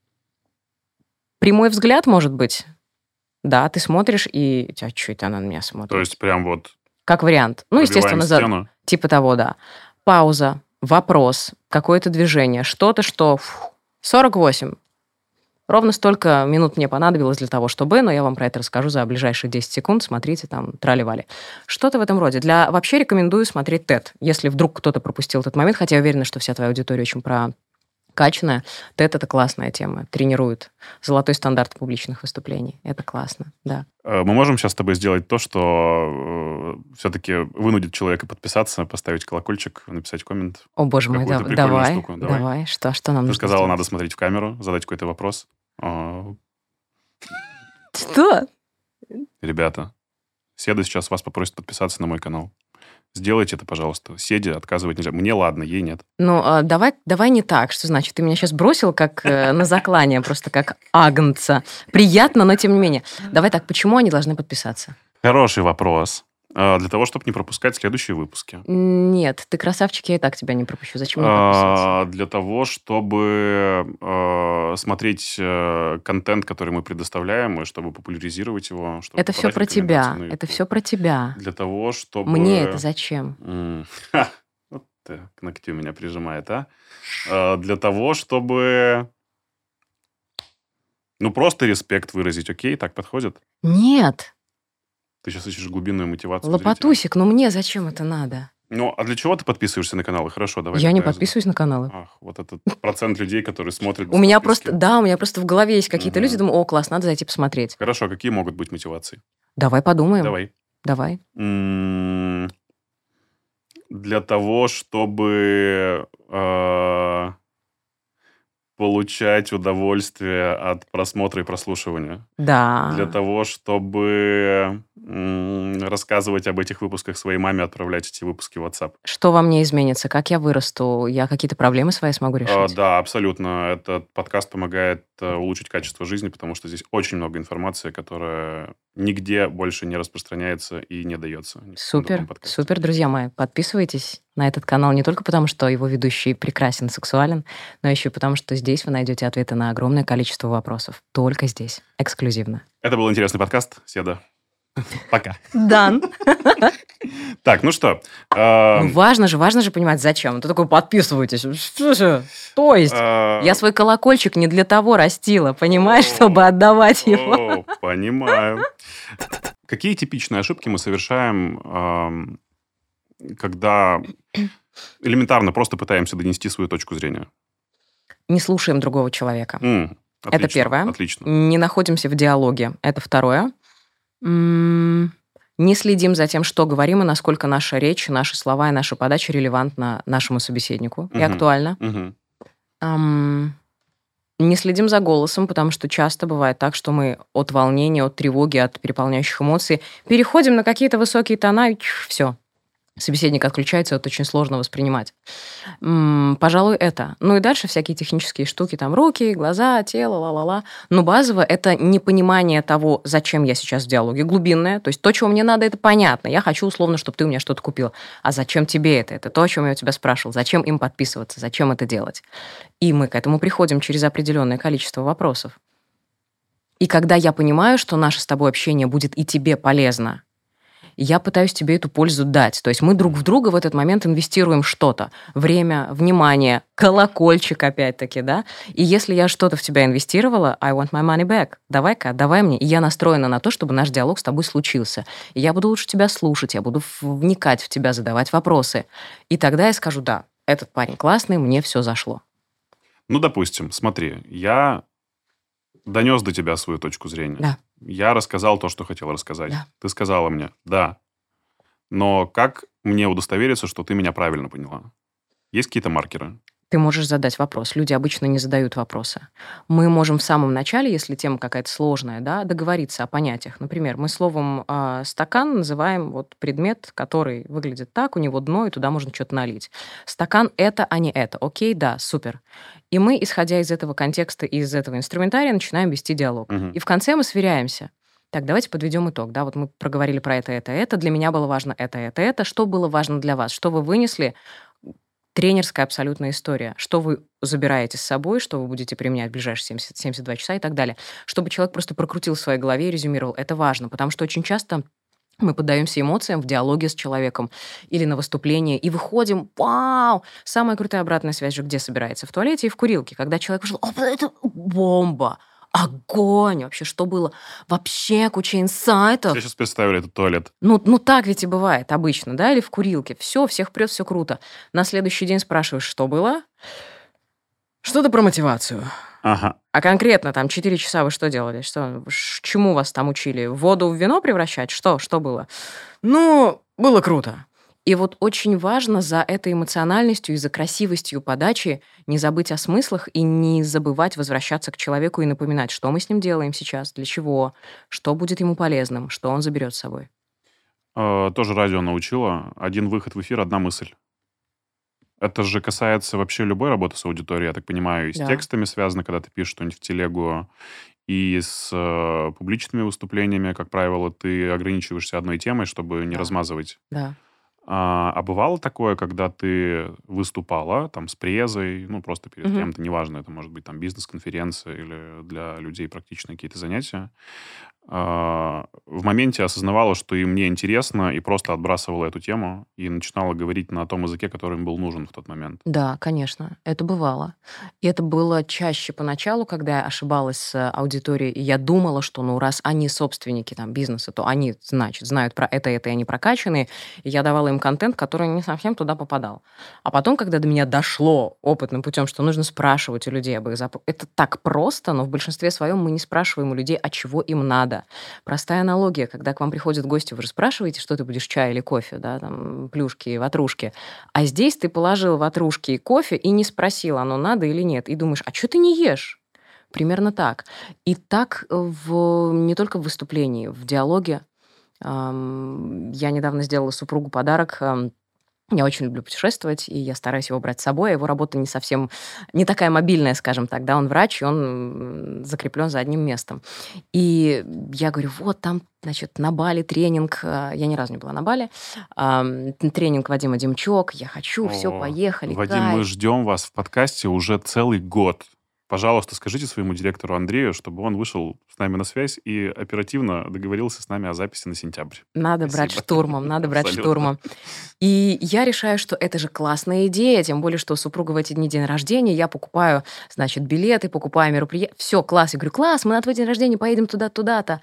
взгляд, может быть. Да, ты смотришь, и... А что это она на меня смотрит? То есть прям вот... Как вариант. Ну, естественно, стену. Типа того, да. Пауза, вопрос, какое-то движение, что-то, что... 48. Ровно столько минут мне понадобилось для того, чтобы, но я вам про это расскажу за ближайшие 10 секунд, смотрите, там, трали-вали. Что-то в этом роде. Вообще рекомендую смотреть TED, если вдруг кто-то пропустил этот момент, хотя я уверена, что вся твоя аудитория очень прокачанная. TED — это классная тема, тренирует золотой стандарт публичных выступлений. Это классно, да. Мы можем сейчас с тобой сделать то, что все-таки вынудит человека подписаться, поставить колокольчик, написать коммент. О, боже мой, давай. Что нам нужно? Ты сказала, надо смотреть в камеру, задать какой-то вопрос. Что? Ребята, Седа сейчас вас попросит подписаться на мой канал. Сделайте это, пожалуйста. Седе отказывать нельзя. Мне ладно, ей нет. Ну, давай не так. Что значит? Ты меня сейчас бросил как на заклание, просто как агнца. Приятно, но тем не менее. Давай так, почему они должны подписаться? Хороший вопрос. Для того, чтобы не пропускать следующие выпуски. Нет, ты красавчик, я и так тебя не пропущу. Зачем мне подписываться? Для того, чтобы смотреть контент, который мы предоставляем, и чтобы популяризировать его. Чтобы это все про тебя. Это все про тебя. Для того, чтобы... Мне это зачем? Вот ты к ногтю меня прижимает, а? Для того, чтобы... Ну, просто респект выразить. Окей, так подходит? Нет. Ты сейчас ищешь глубинную мотивацию. Лопатусик, ну мне зачем это надо? Ну, а для чего ты подписываешься на каналы? Хорошо, давай. Я не подписываюсь на каналы. Ах, вот этот процент людей, которые смотрят. У меня просто в голове есть какие-то люди, думаю, о, класс, надо зайти посмотреть. Хорошо, какие могут быть мотивации? Давай подумаем. Давай. Для того, чтобы получать удовольствие от просмотра и прослушивания. Да. Для того, чтобы рассказывать об этих выпусках своей маме, отправлять эти выпуски в WhatsApp. Что во мне изменится? Как я вырасту? Я какие-то проблемы свои смогу решить? Да, абсолютно. Этот подкаст помогает улучшить качество жизни, потому что здесь очень много информации, которая нигде больше не распространяется и не дается. Супер, друзья мои. Подписывайтесь на этот канал не только потому, что его ведущий прекрасен, сексуален, но еще и потому, что здесь вы найдете ответы на огромное количество вопросов. Только здесь. Эксклюзивно. Это был интересный подкаст. Седа. Пока. Дан. Так, ну что? Важно же понимать, зачем. Ты такой, подписывайтесь. То есть, я свой колокольчик не для того растила, понимаешь, чтобы отдавать его. Понимаю. Какие типичные ошибки мы совершаем, когда элементарно просто пытаемся донести свою точку зрения? Не слушаем другого человека. Это Отлично, первое. Отлично. Не находимся в диалоге. Это второе. Не следим за тем, что говорим, и насколько наша речь, наши слова и наша подача релевантна нашему собеседнику и актуальна. Не следим за голосом, потому что часто бывает так, что мы от волнения, от тревоги, от переполняющих эмоций переходим на какие-то высокие тона, и все. Собеседник отключается, это очень сложно воспринимать. Пожалуй, это. Ну и дальше всякие технические штуки, там руки, глаза, тело, ла-ла-ла. Но базово это непонимание того, зачем я сейчас в диалоге, глубинное. То есть то, чего мне надо, это понятно. Я хочу условно, чтобы ты у меня что-то купил. А зачем тебе это? Это то, о чем я у тебя спрашивал. Зачем им подписываться? Зачем это делать? И мы к этому приходим через определенное количество вопросов. И когда я понимаю, что наше с тобой общение будет и тебе полезно, я пытаюсь тебе эту пользу дать. То есть мы друг в друга в этот момент инвестируем что-то. Время, внимание, колокольчик опять-таки, да? И если я что-то в тебя инвестировала, I want my money back. Давай-ка, отдавай мне. И я настроена на то, чтобы наш диалог с тобой случился. И я буду лучше тебя слушать, я буду вникать в тебя, задавать вопросы. И тогда я скажу, да, этот парень классный, мне все зашло. Ну, допустим, смотри, я донес до тебя свою точку зрения. Да. Я рассказал то, что хотел рассказать. Да. Ты сказала мне, да. Но как мне удостовериться, что ты меня правильно поняла? Есть какие-то маркеры? Ты можешь задать вопрос. Люди обычно не задают вопросы. Мы можем в самом начале, если тема какая-то сложная, да, договориться о понятиях. Например, мы словом «стакан» называем вот предмет, который выглядит так, у него дно, и туда можно что-то налить. Стакан – это, а не это. Окей, да, супер. И мы, исходя из этого контекста и из этого инструментария, начинаем вести диалог. И в конце мы сверяемся. Так, давайте подведем итог. Да, вот мы проговорили про это. Для меня было важно это. Что было важно для вас? Что вы вынесли? Тренерская абсолютная история. Что вы забираете с собой, что вы будете применять в ближайшие 72 часа и так далее. Чтобы человек просто прокрутил в своей голове и резюмировал. Это важно, потому что очень часто мы поддаемся эмоциям в диалоге с человеком или на выступлении и выходим, вау! Самая крутая обратная связь же где собирается? В туалете и в курилке. Когда человек вышел, это бомба! Огонь! Вообще, что было? Вообще куча инсайтов. Я сейчас представили этот туалет. Ну, так ведь и бывает обычно, да, или в курилке. Все, всех прет, все круто. На следующий день спрашиваешь, что было? Что-то про мотивацию. Ага. А конкретно там 4 часа вы что делали? Чему вас там учили? Воду в вино превращать? Что было? Ну, было круто. И вот очень важно за этой эмоциональностью и за красивостью подачи не забыть о смыслах и не забывать возвращаться к человеку и напоминать, что мы с ним делаем сейчас, для чего, что будет ему полезным, что он заберет с собой. Тоже радио научило. Один выход в эфир, одна мысль. Это же касается вообще любой работы с аудиторией, я так понимаю, и с Да. текстами связано, когда ты пишешь что-нибудь в телегу, и с публичными выступлениями, как правило, ты ограничиваешься одной темой, чтобы не Да. размазывать. Да. А бывало такое, когда ты выступала там с презой, ну, просто перед Мгм. кем-то, неважно, это может быть там бизнес-конференция или для людей практичные какие-то занятия, в моменте осознавала, что и мне интересно, и просто отбрасывала эту тему и начинала говорить на том языке, который им был нужен в тот момент. Да, конечно, это бывало. И это было чаще поначалу, когда я ошибалась с аудиторией, и я думала, что, ну, раз они собственники там бизнеса, то они, значит, знают про это, и они прокачанные, и я давала им контент, который не совсем туда попадал. А потом, когда до меня дошло опытным путем, что нужно спрашивать у людей об их запросах, это так просто, но в большинстве своем мы не спрашиваем у людей, а чего им надо. Простая аналогия, когда к вам приходят гости, вы же спрашиваете, что ты будешь, чай или кофе, да, там, плюшки, ватрушки. А здесь ты положил ватрушки и кофе и не спросил, оно надо или нет. И думаешь, а что ты не ешь? Примерно так. И так не только в выступлении, в диалоге. Я недавно сделала супругу подарок. Я очень люблю путешествовать, и я стараюсь его брать с собой. А его работа не такая мобильная, скажем так, да, он врач, и он закреплен за одним местом. И я говорю, вот там, значит, на Бали тренинг, я ни разу не была на Бали, тренинг Вадима Демчок, я хочу, все, поехали, Вадим, мы кайф. ждем вас в подкасте уже целый год. пожалуйста, скажите своему директору Андрею, чтобы он вышел с нами на связь и оперативно договорился с нами о записи на сентябрь. Надо брать Спасибо. штурмом, надо брать Абсолютно. штурмом. И я решаю, что это же классная идея, тем более, что у супруга в эти дни день рождения, я покупаю, значит, билеты, покупаю мероприятия. Все, класс. Я говорю, класс, мы на твой день рождения поедем туда-туда-то.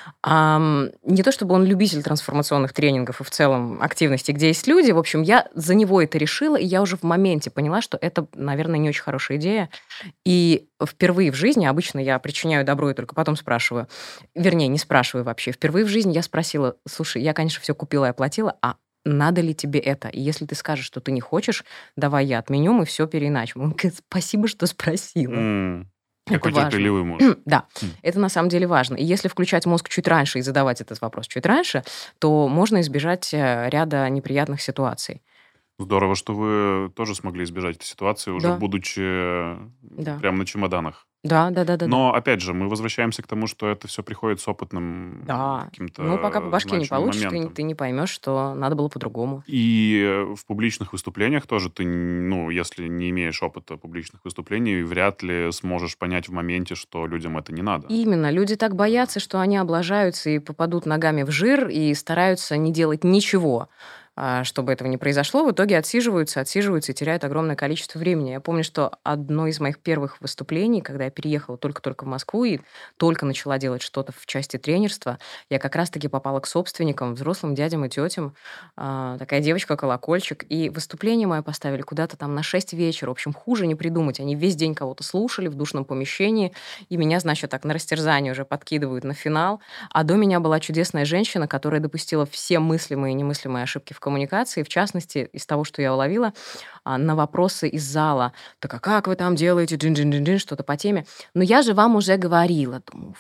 Не то чтобы он любитель трансформационных тренингов и в целом активности, где есть люди. В общем, я за него это решила, и я уже в моменте поняла, что это, наверное, не очень хорошая идея. И впервые в жизни, обычно я причиняю добро и только потом спрашиваю, вернее, не спрашиваю вообще, впервые в жизни я спросила, слушай, я, конечно, все купила и оплатила, а надо ли тебе это? И если ты скажешь, что ты не хочешь, давай я отменю, мы все переиначим. Он говорит, спасибо, что спросила. Какой Это важно. терпеливый муж. Да, это на самом деле важно. И если включать мозг чуть раньше и задавать этот вопрос чуть раньше, то можно избежать ряда неприятных ситуаций. Здорово, что вы тоже смогли избежать этой ситуации, уже Да. будучи Да. прямо на чемоданах. Да. Но, опять же, мы возвращаемся к тому, что это все приходит с опытным Да. каким-то Ну, пока по башке не значимым получишь, моментом. ты не поймешь, что надо было по-другому. И в публичных выступлениях тоже ты, если не имеешь опыта публичных выступлений, вряд ли сможешь понять в моменте, что людям это не надо. Именно. Люди так боятся, что они облажаются и попадут ногами в жир, и стараются не делать ничего, чтобы этого не произошло. В итоге отсиживаются и теряют огромное количество времени. Я помню, что одно из моих первых выступлений, когда я переехала только-только в Москву и только начала делать что-то в части тренерства, я как раз-таки попала к собственникам, взрослым дядям и тетям. Такая девочка-колокольчик. И выступление мое поставили куда-то там на 6 вечера. В общем, хуже не придумать. Они весь день кого-то слушали в душном помещении, и меня, значит, так на растерзание уже подкидывают на финал. А до меня была чудесная женщина, которая допустила все мыслимые и немыслимые ошибки в коммуникации, в частности, из того, что я уловила, на вопросы из зала. Так, а как вы там делаете? Джин-джин-джин-джин, что-то по теме. Но я же вам уже говорила. Думаю,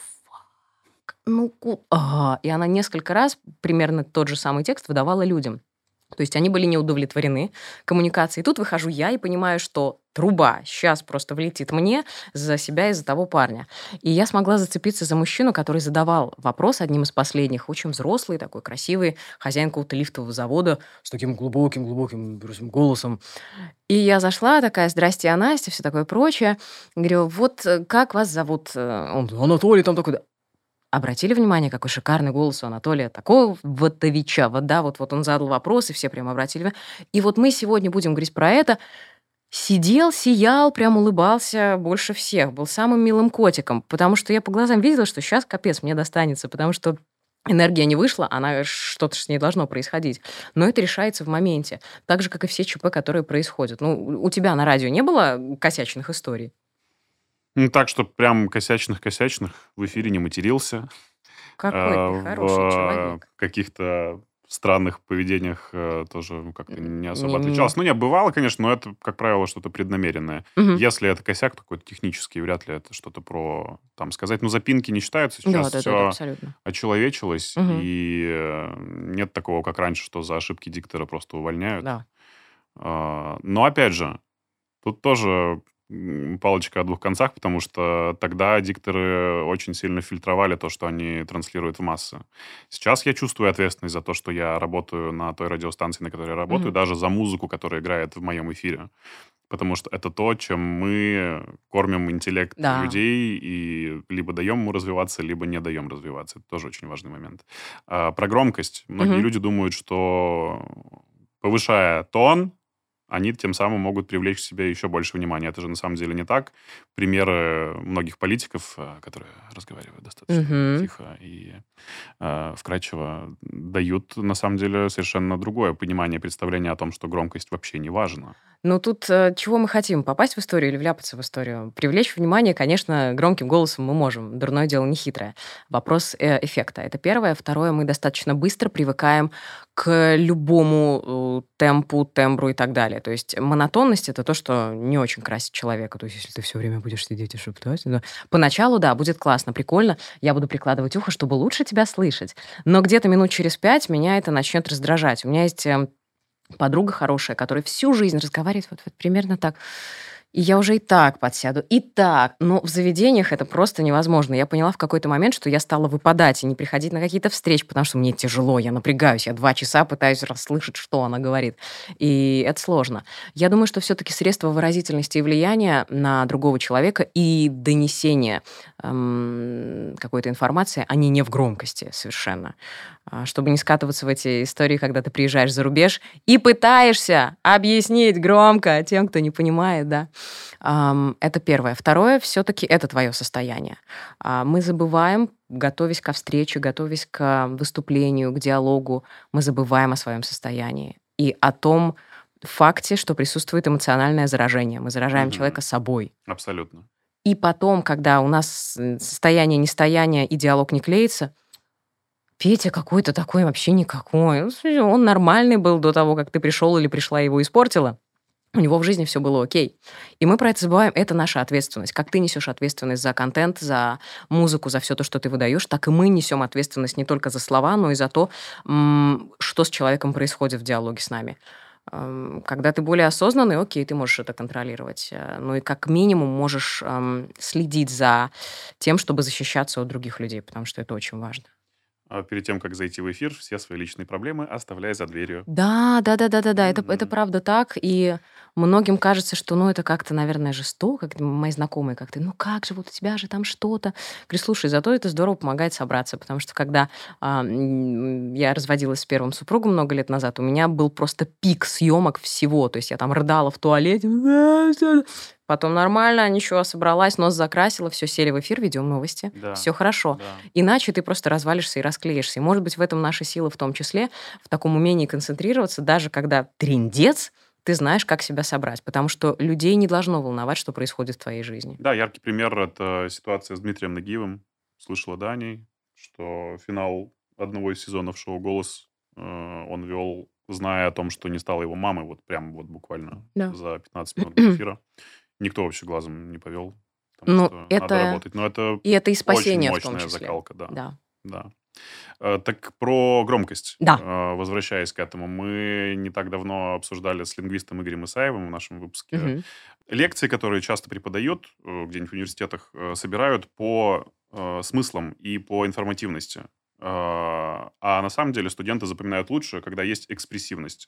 И она несколько раз примерно тот же самый текст выдавала людям. То есть они были не удовлетворены коммуникацией. И тут выхожу я и понимаю, что труба сейчас просто влетит мне за себя и за того парня. И я смогла зацепиться за мужчину, который задавал вопрос одним из последних, очень взрослый, такой красивый, хозяин какого-то лифтового завода с таким глубоким голосом. И я зашла такая, здрасте, я Настя, все такое прочее. Говорю, вот как вас зовут? Он, Анатолий, там такой... Обратили внимание, какой шикарный голос у Анатолия Таковатовича? Вот он задал вопрос, и все прям обратили внимание. И вот мы сегодня будем говорить про это. Сидел, сиял, прям улыбался больше всех. Был самым милым котиком, потому что я по глазам видела, что сейчас капец мне достанется, потому что энергия не вышла, что-то с ней должно происходить. Но это решается в моменте. Так же, как и все ЧП, которые происходят. У тебя на радио не было косячных историй? Так, что прям косячных в эфире не матерился. Какой ты хороший человек. В каких-то странных поведениях тоже как-то не особо Не- отличался. Не, бывало, конечно, но это, как правило, что-то преднамеренное. Мгм. Если это косяк какой-то технический, вряд ли это что-то про, сказать. Запинки не считаются. Сейчас Да, все абсолютно. очеловечилось, Мгм. и нет такого, как раньше, что за ошибки диктора просто увольняют. Да. Но, опять же, тут тоже палочка о двух концах, потому что тогда дикторы очень сильно фильтровали то, что они транслируют в массы. Сейчас я чувствую ответственность за то, что я работаю на той радиостанции, на которой я работаю, даже за музыку, которая играет в моем эфире. Потому что это то, чем мы кормим интеллект Да. людей и либо даем ему развиваться, либо не даем развиваться. Это тоже очень важный момент. Про громкость. Многие люди думают, что повышая тон, они тем самым могут привлечь к себе еще больше внимания. Это же на самом деле не так. Примеры многих политиков, которые разговаривают достаточно тихо и вкрадчиво, дают на самом деле совершенно другое понимание, представление о том, что громкость вообще не важна. Тут чего мы хотим? Попасть в историю или вляпаться в историю? Привлечь внимание, конечно, громким голосом мы можем. Дурное дело не хитрое. Вопрос эффекта. Это первое. Второе, мы достаточно быстро привыкаем к любому темпу, тембру и так далее. То есть монотонность — это то, что не очень красит человека. То есть если ты все время будешь сидеть и шептать... Поначалу, да, будет классно, прикольно. Я буду прикладывать ухо, чтобы лучше тебя слышать. Но где-то минут через 5 меня это начнет раздражать. У меня есть... подруга хорошая, которая всю жизнь разговаривает вот примерно так. И я уже и так подсяду, и так. Но в заведениях это просто невозможно. Я поняла в какой-то момент, что я стала выпадать и не приходить на какие-то встречи, потому что мне тяжело, я напрягаюсь, я 2 часа пытаюсь расслышать, что она говорит. И это сложно. Я думаю, что все-таки средства выразительности и влияния на другого человека и донесение какой-то информации, они не в громкости совершенно. Чтобы не скатываться в эти истории, когда ты приезжаешь за рубеж и пытаешься объяснить громко тем, кто не понимает, да. Это первое. Второе, все-таки это твое состояние. Мы забываем, готовясь ко встрече, готовясь к выступлению, к диалогу, мы забываем о своем состоянии и о том факте, что присутствует эмоциональное заражение. Мы заражаем человека собой. Абсолютно. И потом, когда у нас состояние нестояния и диалог не клеится, Петя какой-то такой вообще никакой. Он нормальный был до того, как ты пришел или пришла и его испортила. У него в жизни все было окей. И мы про это забываем. Это наша ответственность. Как ты несешь ответственность за контент, за музыку, за все то, что ты выдаешь, так и мы несем ответственность не только за слова, но и за то, что с человеком происходит в диалоге с нами. Когда ты более осознанный, окей, ты можешь это контролировать. Ну и как минимум можешь следить за тем, чтобы защищаться от других людей, потому что это очень важно. А перед тем, как зайти в эфир, все свои личные проблемы оставляй за дверью. Да, это правда так. И многим кажется, что, это как-то, наверное, жестоко. Как мои знакомые как-то, как же, вот у тебя же там что-то. Говорю, слушай, зато это здорово помогает собраться, потому что когда я разводилась с первым супругом много лет назад, у меня был просто пик съемок всего. То есть я там рыдала в туалете. Потом нормально, ничего, собралась, нос закрасила, все, сели в эфир, ведем новости. Да, Все хорошо. да. Иначе ты просто развалишься и расклеишься. И, может быть, в этом наша сила в том числе, в таком умении концентрироваться, даже когда трындец, ты знаешь, как себя собрать. Потому что людей не должно волновать, что происходит в твоей жизни. Да, яркий пример – это ситуация с Дмитрием Нагиевым. Слышала Дани, что финал одного из сезонов шоу «Голос» он вел, зная о том, что не стало его мамы, вот прямо вот буквально Да. за 15 минут до эфира. Никто вообще глазом не повел, потому Ну, что это- надо работать. Но это И это и очень спасение в том мощная числе. закалка, да. Да. Да. Так про громкость. Да. Возвращаясь к этому, мы не так давно обсуждали с лингвистом Игорем Исаевым в нашем выпуске Мгм. лекции, которые часто преподают где-нибудь в университетах, собирают по смыслам и по информативности. А на самом деле студенты запоминают лучше, когда есть экспрессивность.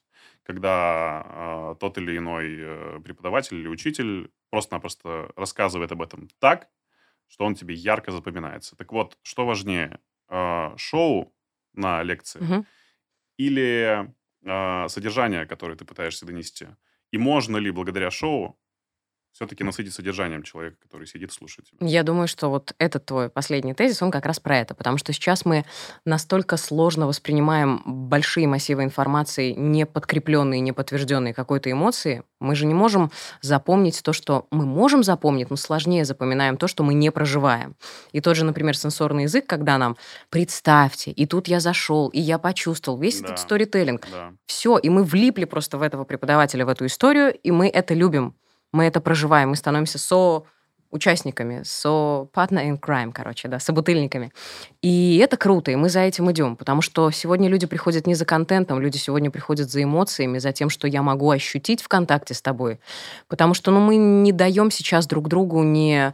Когда тот или иной преподаватель или учитель просто-напросто рассказывает об этом так, что он тебе ярко запоминается. Так вот, что важнее, шоу на лекции Мгм. или содержание, которое ты пытаешься донести? И можно ли благодаря шоу все-таки насытить содержанием человека, который сидит, слушает тебя? Я думаю, что вот этот твой последний тезис, он как раз про это, потому что сейчас мы настолько сложно воспринимаем большие массивы информации, не подкрепленные, не подтвержденные какой-то эмоцией. Мы же не можем запомнить то, что мы можем запомнить, но сложнее запоминаем то, что мы не проживаем. И тот же, например, сенсорный язык, когда нам представьте, и тут я зашел, и я почувствовал весь Да. этот сторителлинг. Да. Все, и мы влипли просто в этого преподавателя, в эту историю, и мы это любим. Мы это проживаем, мы становимся участниками, partner in crime, собутыльниками. И это круто, и мы за этим идем, потому что сегодня люди приходят не за контентом, люди сегодня приходят за эмоциями, за тем, что я могу ощутить в контакте с тобой. Потому что мы не даем сейчас друг другу не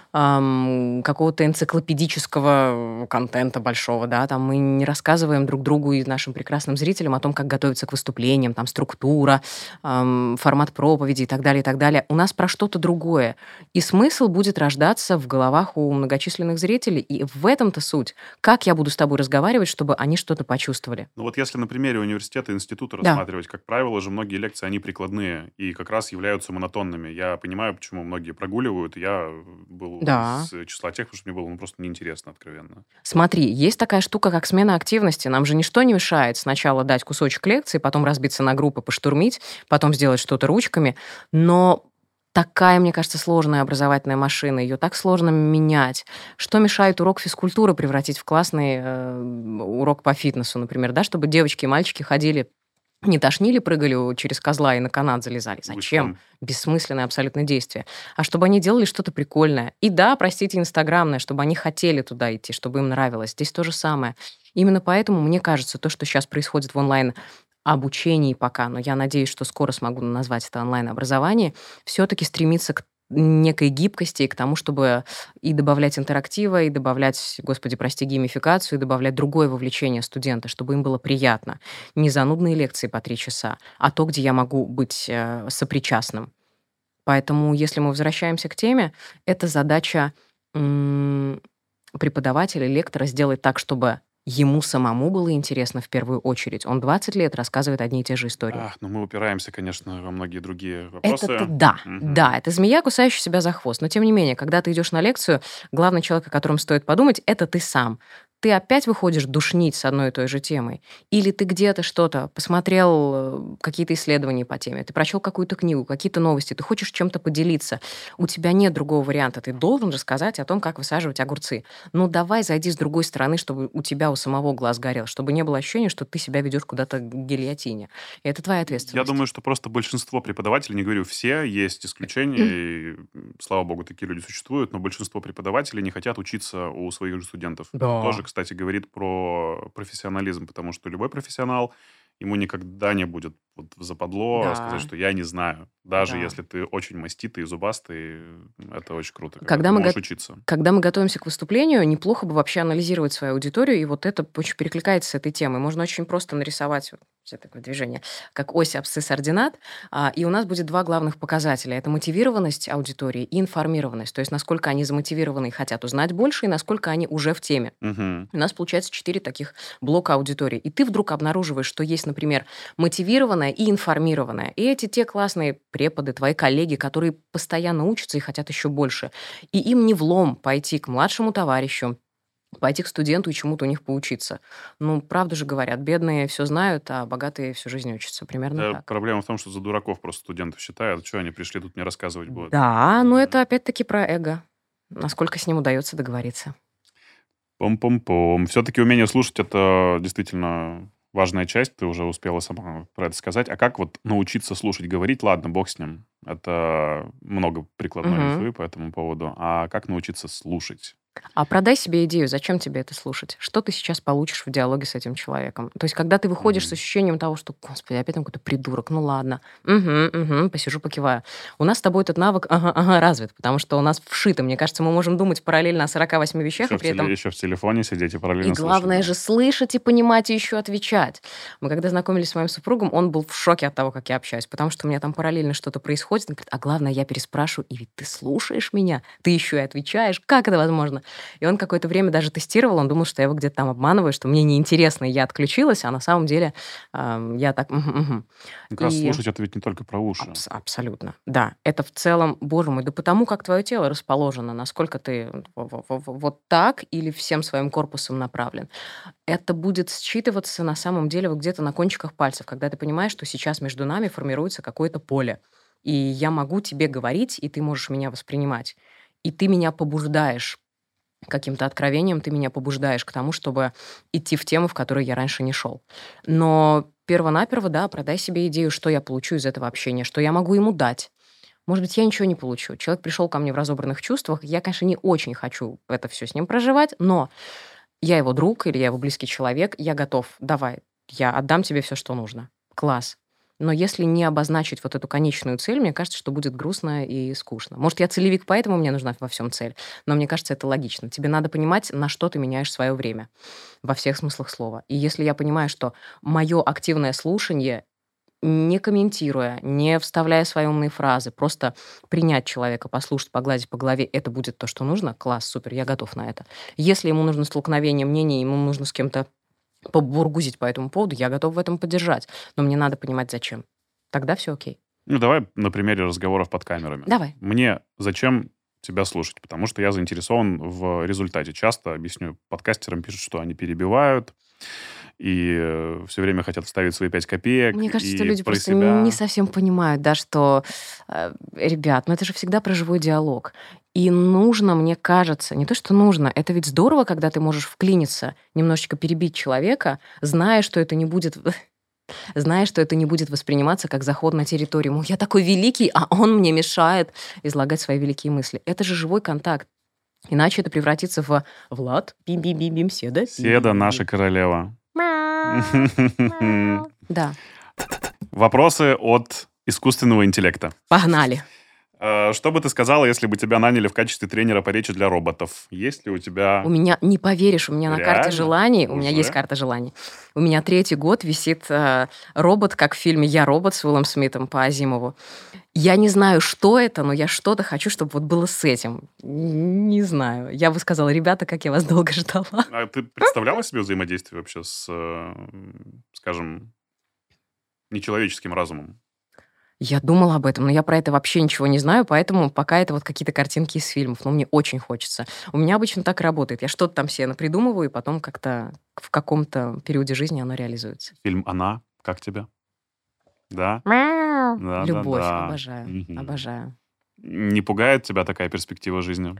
какого-то энциклопедического контента большого, да, там мы не рассказываем друг другу и нашим прекрасным зрителям о том, как готовиться к выступлениям, там структура, формат проповеди и так далее, и так далее. У нас про что-то другое. И смысл будет рождаться в головах у многочисленных зрителей, и в этом-то суть. Как я буду с тобой разговаривать, чтобы они что-то почувствовали? Ну вот если на примере университета, института Да. рассматривать, как правило же многие лекции, они прикладные и как раз являются монотонными. Я понимаю, почему многие прогуливают. Я был Да. из числа тех, потому что мне было просто неинтересно, откровенно. Смотри, есть такая штука, как смена активности. Нам же ничто не мешает сначала дать кусочек лекции, потом разбиться на группы, поштурмить, потом сделать что-то ручками. Но такая, мне кажется, сложная образовательная машина, ее так сложно менять. Что мешает урок физкультуры превратить в классный урок по фитнесу, например, да, чтобы девочки и мальчики ходили, не тошнили, прыгали через козла и на канат залезали. Зачем? Вышком. Бессмысленное абсолютно действие. А чтобы они делали что-то прикольное. И да, простите, инстаграмное, чтобы они хотели туда идти, чтобы им нравилось. Здесь то же самое. Именно поэтому, мне кажется, то, что сейчас происходит в онлайн-обучении пока, но я надеюсь, что скоро смогу назвать это онлайн-образование, все-таки стремиться к некой гибкости и к тому, чтобы и добавлять интерактива, и добавлять, господи, прости, геймификацию, и добавлять другое вовлечение студента, чтобы им было приятно. Не занудные лекции по 3 часа, а то, где я могу быть сопричастным. Поэтому, если мы возвращаемся к теме, это задача преподавателя, лектора сделать так, чтобы ему самому было интересно в первую очередь. Он 20 лет рассказывает одни и те же истории. Ну мы упираемся, конечно, во многие другие вопросы. Это да, да, это змея, кусающая себя за хвост. Но тем не менее, когда ты идешь на лекцию, главный человек, о котором стоит подумать, это ты сам. Ты опять выходишь душнить с одной и той же темой. Или ты где-то что-то посмотрел, какие-то исследования по теме, ты прочел какую-то книгу, какие-то новости, ты хочешь чем-то поделиться. У тебя нет другого варианта. Ты должен рассказать о том, как высаживать огурцы. Ну, давай зайди с другой стороны, чтобы у тебя у самого глаз горел, чтобы не было ощущения, что ты себя ведешь куда-то к гильотине. И это твоя ответственность. Я думаю, что просто большинство преподавателей, не говорю все, есть исключения, и, слава богу, такие люди существуют, но большинство преподавателей не хотят учиться у своих же студентов. Да. Это тоже, кстати, говорит про профессионализм, потому что любой профессионал, ему никогда не будет вот западло Да. сказать, что я не знаю. Даже Да. если ты очень маститый и зубастый, это очень круто. Когда ты мы можешь учиться. Когда мы готовимся к выступлению, неплохо бы вообще анализировать свою аудиторию, и вот это очень перекликается с этой темой. Можно очень просто нарисовать вот все такое движение, как ось абсцисс-ординат, и у нас будет 2 главных показателя. Это мотивированность аудитории и информированность, то есть насколько они замотивированы и хотят узнать больше, и насколько они уже в теме. Мгм. У нас получается 4 таких блока аудитории. И ты вдруг обнаруживаешь, что есть, например, мотивированная и информированная. И эти те классные преподы, твои коллеги, которые постоянно учатся и хотят еще больше. И им не влом пойти к младшему товарищу, пойти к студенту и чему-то у них поучиться. Ну, правду же говорят, бедные все знают, а богатые всю жизнь учатся. Примерно так. Проблема в том, что за дураков просто студентов считают. Что они пришли тут мне рассказывать будут? Да, но это опять-таки про эго. Насколько с ним удается договориться. Пом-пом-пом. Все-таки умение слушать — это действительно важная часть. Ты уже успела сама про это сказать. А как вот научиться слушать, говорить? Ладно, бог с ним. Это много прикладной Мгм. инфы по этому поводу. А как научиться слушать? А продай себе идею, зачем тебе это слушать? Что ты сейчас получишь в диалоге с этим человеком? То есть, когда ты выходишь с ощущением того, что, господи, опять там какой-то придурок, ну ладно, посижу, покиваю. У нас с тобой этот навык развит, потому что у нас вшито. Мне кажется, мы можем думать параллельно о 48 вещах, и при этом... Еще в телефоне сидеть и параллельно И главное слушать. же слышать и понимать, и еще отвечать. Мы когда знакомились с моим супругом, он был в шоке от того, как я общаюсь, потому что у меня там параллельно что-то происходит. Он говорит, а главное, я переспрашиваю, и ведь ты слушаешь меня, ты еще и отвечаешь. Как это возможно? И он какое-то время даже тестировал, он думал, что я его где-то там обманываю, что мне неинтересно, и я отключилась, а на самом деле я так... Как раз И- слушать — это ведь не только про уши. Абсолютно. Да, это в целом, боже мой, да потому как твое тело расположено, насколько ты вот так или всем своим корпусом направлен. Это будет считываться на самом деле вот где-то на кончиках пальцев, когда ты понимаешь, что сейчас между нами формируется какое-то поле. И я могу тебе говорить, и ты можешь меня воспринимать. И ты меня побуждаешь каким-то откровением, ты меня побуждаешь к тому, чтобы идти в тему, в которую я раньше не шел. Но перво-наперво, да, продай себе идею, что я получу из этого общения, что я могу ему дать. Может быть, я ничего не получу. Человек пришел ко мне в разобранных чувствах. Я, конечно, не очень хочу это все с ним проживать, но я его друг или я его близкий человек, я готов. Давай, я отдам тебе все, что нужно. Класс. Но если не обозначить вот эту конечную цель, мне кажется, что будет грустно и скучно. Может, я целевик, поэтому мне нужна во всем цель. Но мне кажется, это логично. Тебе надо понимать, на что ты меняешь свое время. Во всех смыслах слова. И если я понимаю, что мое активное слушание, не комментируя, не вставляя свои умные фразы, просто принять человека, послушать, погладить по голове, это будет то, что нужно, класс, супер, я готов на это. Если ему нужно столкновение мнений, ему нужно с кем-то побургузить по этому поводу, я готов в этом поддержать. Но мне надо понимать, зачем. Тогда все окей. Ну, давай на примере разговоров под камерами. Давай. Мне зачем тебя слушать? Потому что я заинтересован в результате. Часто, объясню, подкастерам пишут, что они перебивают и все время хотят вставить свои 5 копеек. Мне кажется, и что люди про просто себя. не совсем понимают, да, что, ребят, ну это же всегда про живой диалог. И нужно, мне кажется, не то, что нужно, это ведь здорово, когда ты можешь вклиниться, немножечко перебить человека, зная, что это не будет восприниматься как заход на территорию. Мол, я такой великий, а он мне мешает излагать свои великие мысли. Это же живой контакт. Иначе это превратится в Влад, бим-бим-бим-бим, Седа. Седа наша королева. Да, Вопросы от искусственного интеллекта. погнали. Что бы ты сказала, если бы тебя наняли в качестве тренера по речи для роботов? Есть ли у тебя... У меня, не поверишь, у меня на карте Реально? желаний, у меня Уже? есть карта желаний. У меня 3-й год висит робот, как в фильме «Я робот» с Уиллом Смитом по Азимову. Я не знаю, что это, но я что-то хочу, чтобы вот было с этим. Не знаю. Я бы сказала, ребята, как я вас долго ждала. А ты представляла себе взаимодействие вообще с, скажем, нечеловеческим разумом? Я думала об этом, но я про это вообще ничего не знаю, поэтому пока это вот какие-то картинки из фильмов, но мне очень хочется. У меня обычно так и работает. Я что-то там себе напридумываю, и потом как-то в каком-то периоде жизни оно реализуется. Фильм «Она», как тебе? Да? Любовь, Да-да-да. обожаю, Мгм. обожаю. Не пугает тебя такая перспектива жизни?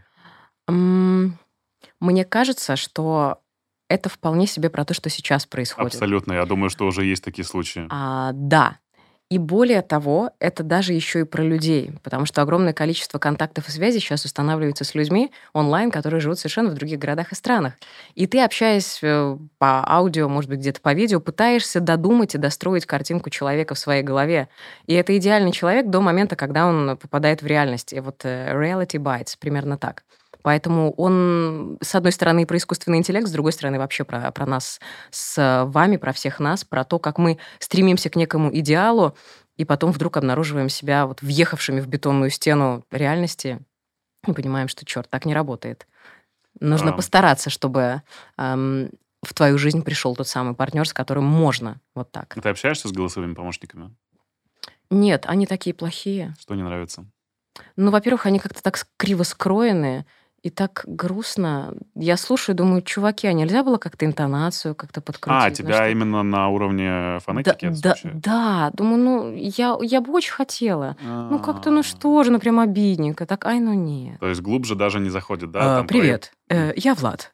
М, Мне кажется, что это вполне себе про то, что сейчас происходит. Абсолютно. Я думаю, что уже есть такие случаи. Да. И более того, это даже еще и про людей, потому что огромное количество контактов и связей сейчас устанавливается с людьми онлайн, которые живут совершенно в других городах и странах. И ты, общаясь по аудио, может быть, где-то по видео, пытаешься додумать и достроить картинку человека в своей голове. И это идеальный человек до момента, когда он попадает в реальность. И вот reality bites, примерно так. Поэтому он, с одной стороны, и про искусственный интеллект, с другой стороны, вообще про нас с вами, про всех нас, про то, как мы стремимся к некому идеалу, и потом вдруг обнаруживаем себя вот въехавшими в бетонную стену реальности и понимаем, что, черт, так не работает. Нужно А, постараться, чтобы в твою жизнь пришел тот самый партнер, с которым можно вот так. Ты общаешься с голосовыми помощниками? Нет, они такие плохие. Что не нравится? Ну, во-первых, они как-то так криво скроены и так грустно. Я слушаю, думаю, чуваки, а нельзя было как-то интонацию как-то подкрутить? Тебя именно на уровне фонетики это смущает? Да, думаю, ну, я бы очень хотела. Ну, как-то, ну А, что же, ну, прям обидненько. Так, ай, ну нет. То есть глубже даже не заходит, да? Там Привет, я Влад.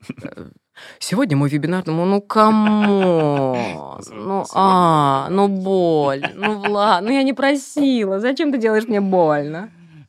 Сегодня мой вебинар, думаю, ну, камон. Ну, боль. Ну, Влад, ну, я не просила. Зачем ты делаешь мне больно?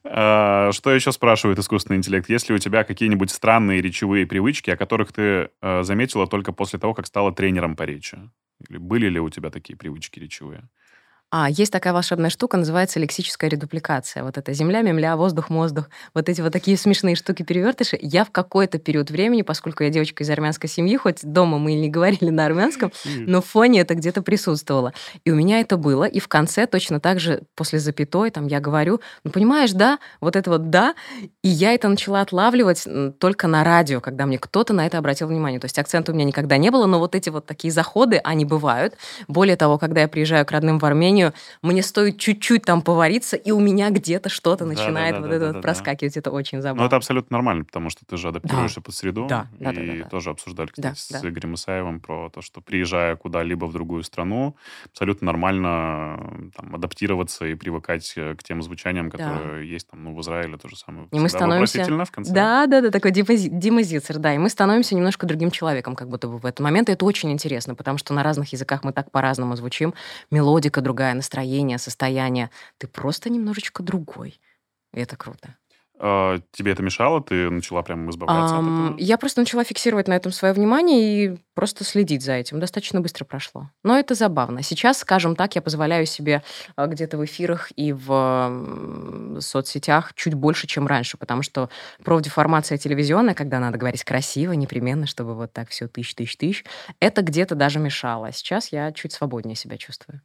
Что еще спрашивает искусственный интеллект? Есть ли у тебя какие-нибудь странные речевые привычки, о которых ты заметила только после того, как стала тренером по речи? Или были ли у тебя такие привычки речевые? Есть такая волшебная штука, называется лексическая редупликация. Вот это земля, мемля, воздух, воздух. Вот эти вот такие смешные штуки-перевертыши. Я в какой-то период времени, поскольку я девочка из армянской семьи, хоть дома мы и не говорили на армянском, но в фоне это где-то присутствовало. И у меня это было. И в конце точно так же после запятой там я говорю, ну, понимаешь, да, вот это вот да. И я это начала отлавливать только на радио, когда мне кто-то на это обратил внимание. То есть акцента у меня никогда не было, но вот эти вот такие заходы, они бывают. Более того, когда я приезжаю к родным в Армению, мне стоит чуть-чуть там повариться, и у меня где-то что-то начинает вот это вот проскакивать. Это очень забавно. Ну, это абсолютно нормально, потому что ты же адаптируешься под среду. Да. И тоже обсуждали, кстати, Да. с Игорем Исаевым про то, что приезжая куда-либо в другую страну, абсолютно нормально там адаптироваться и привыкать к тем звучаниям, которые есть там, в Израиле, то же самое. И мы становимся... Вопросительно в конце. Да, такой Дима Зицер, да. И мы становимся немножко другим человеком, как будто бы в этот момент. И это очень интересно, потому что на разных языках мы так по-разному звучим. Мелодика другая, настроение, состояние. Ты просто немножечко другой. И это круто. Тебе это мешало? Ты начала прям избавляться от этого? Я просто начала фиксировать на этом свое внимание и просто следить за этим. Достаточно быстро прошло. Но это забавно. Сейчас, скажем так, я позволяю себе где-то в эфирах и в соцсетях чуть больше, чем раньше, потому что профдеформация телевизионная, когда надо говорить красиво, непременно, чтобы вот так все тысяч, это где-то даже мешало. А сейчас я чуть свободнее себя чувствую.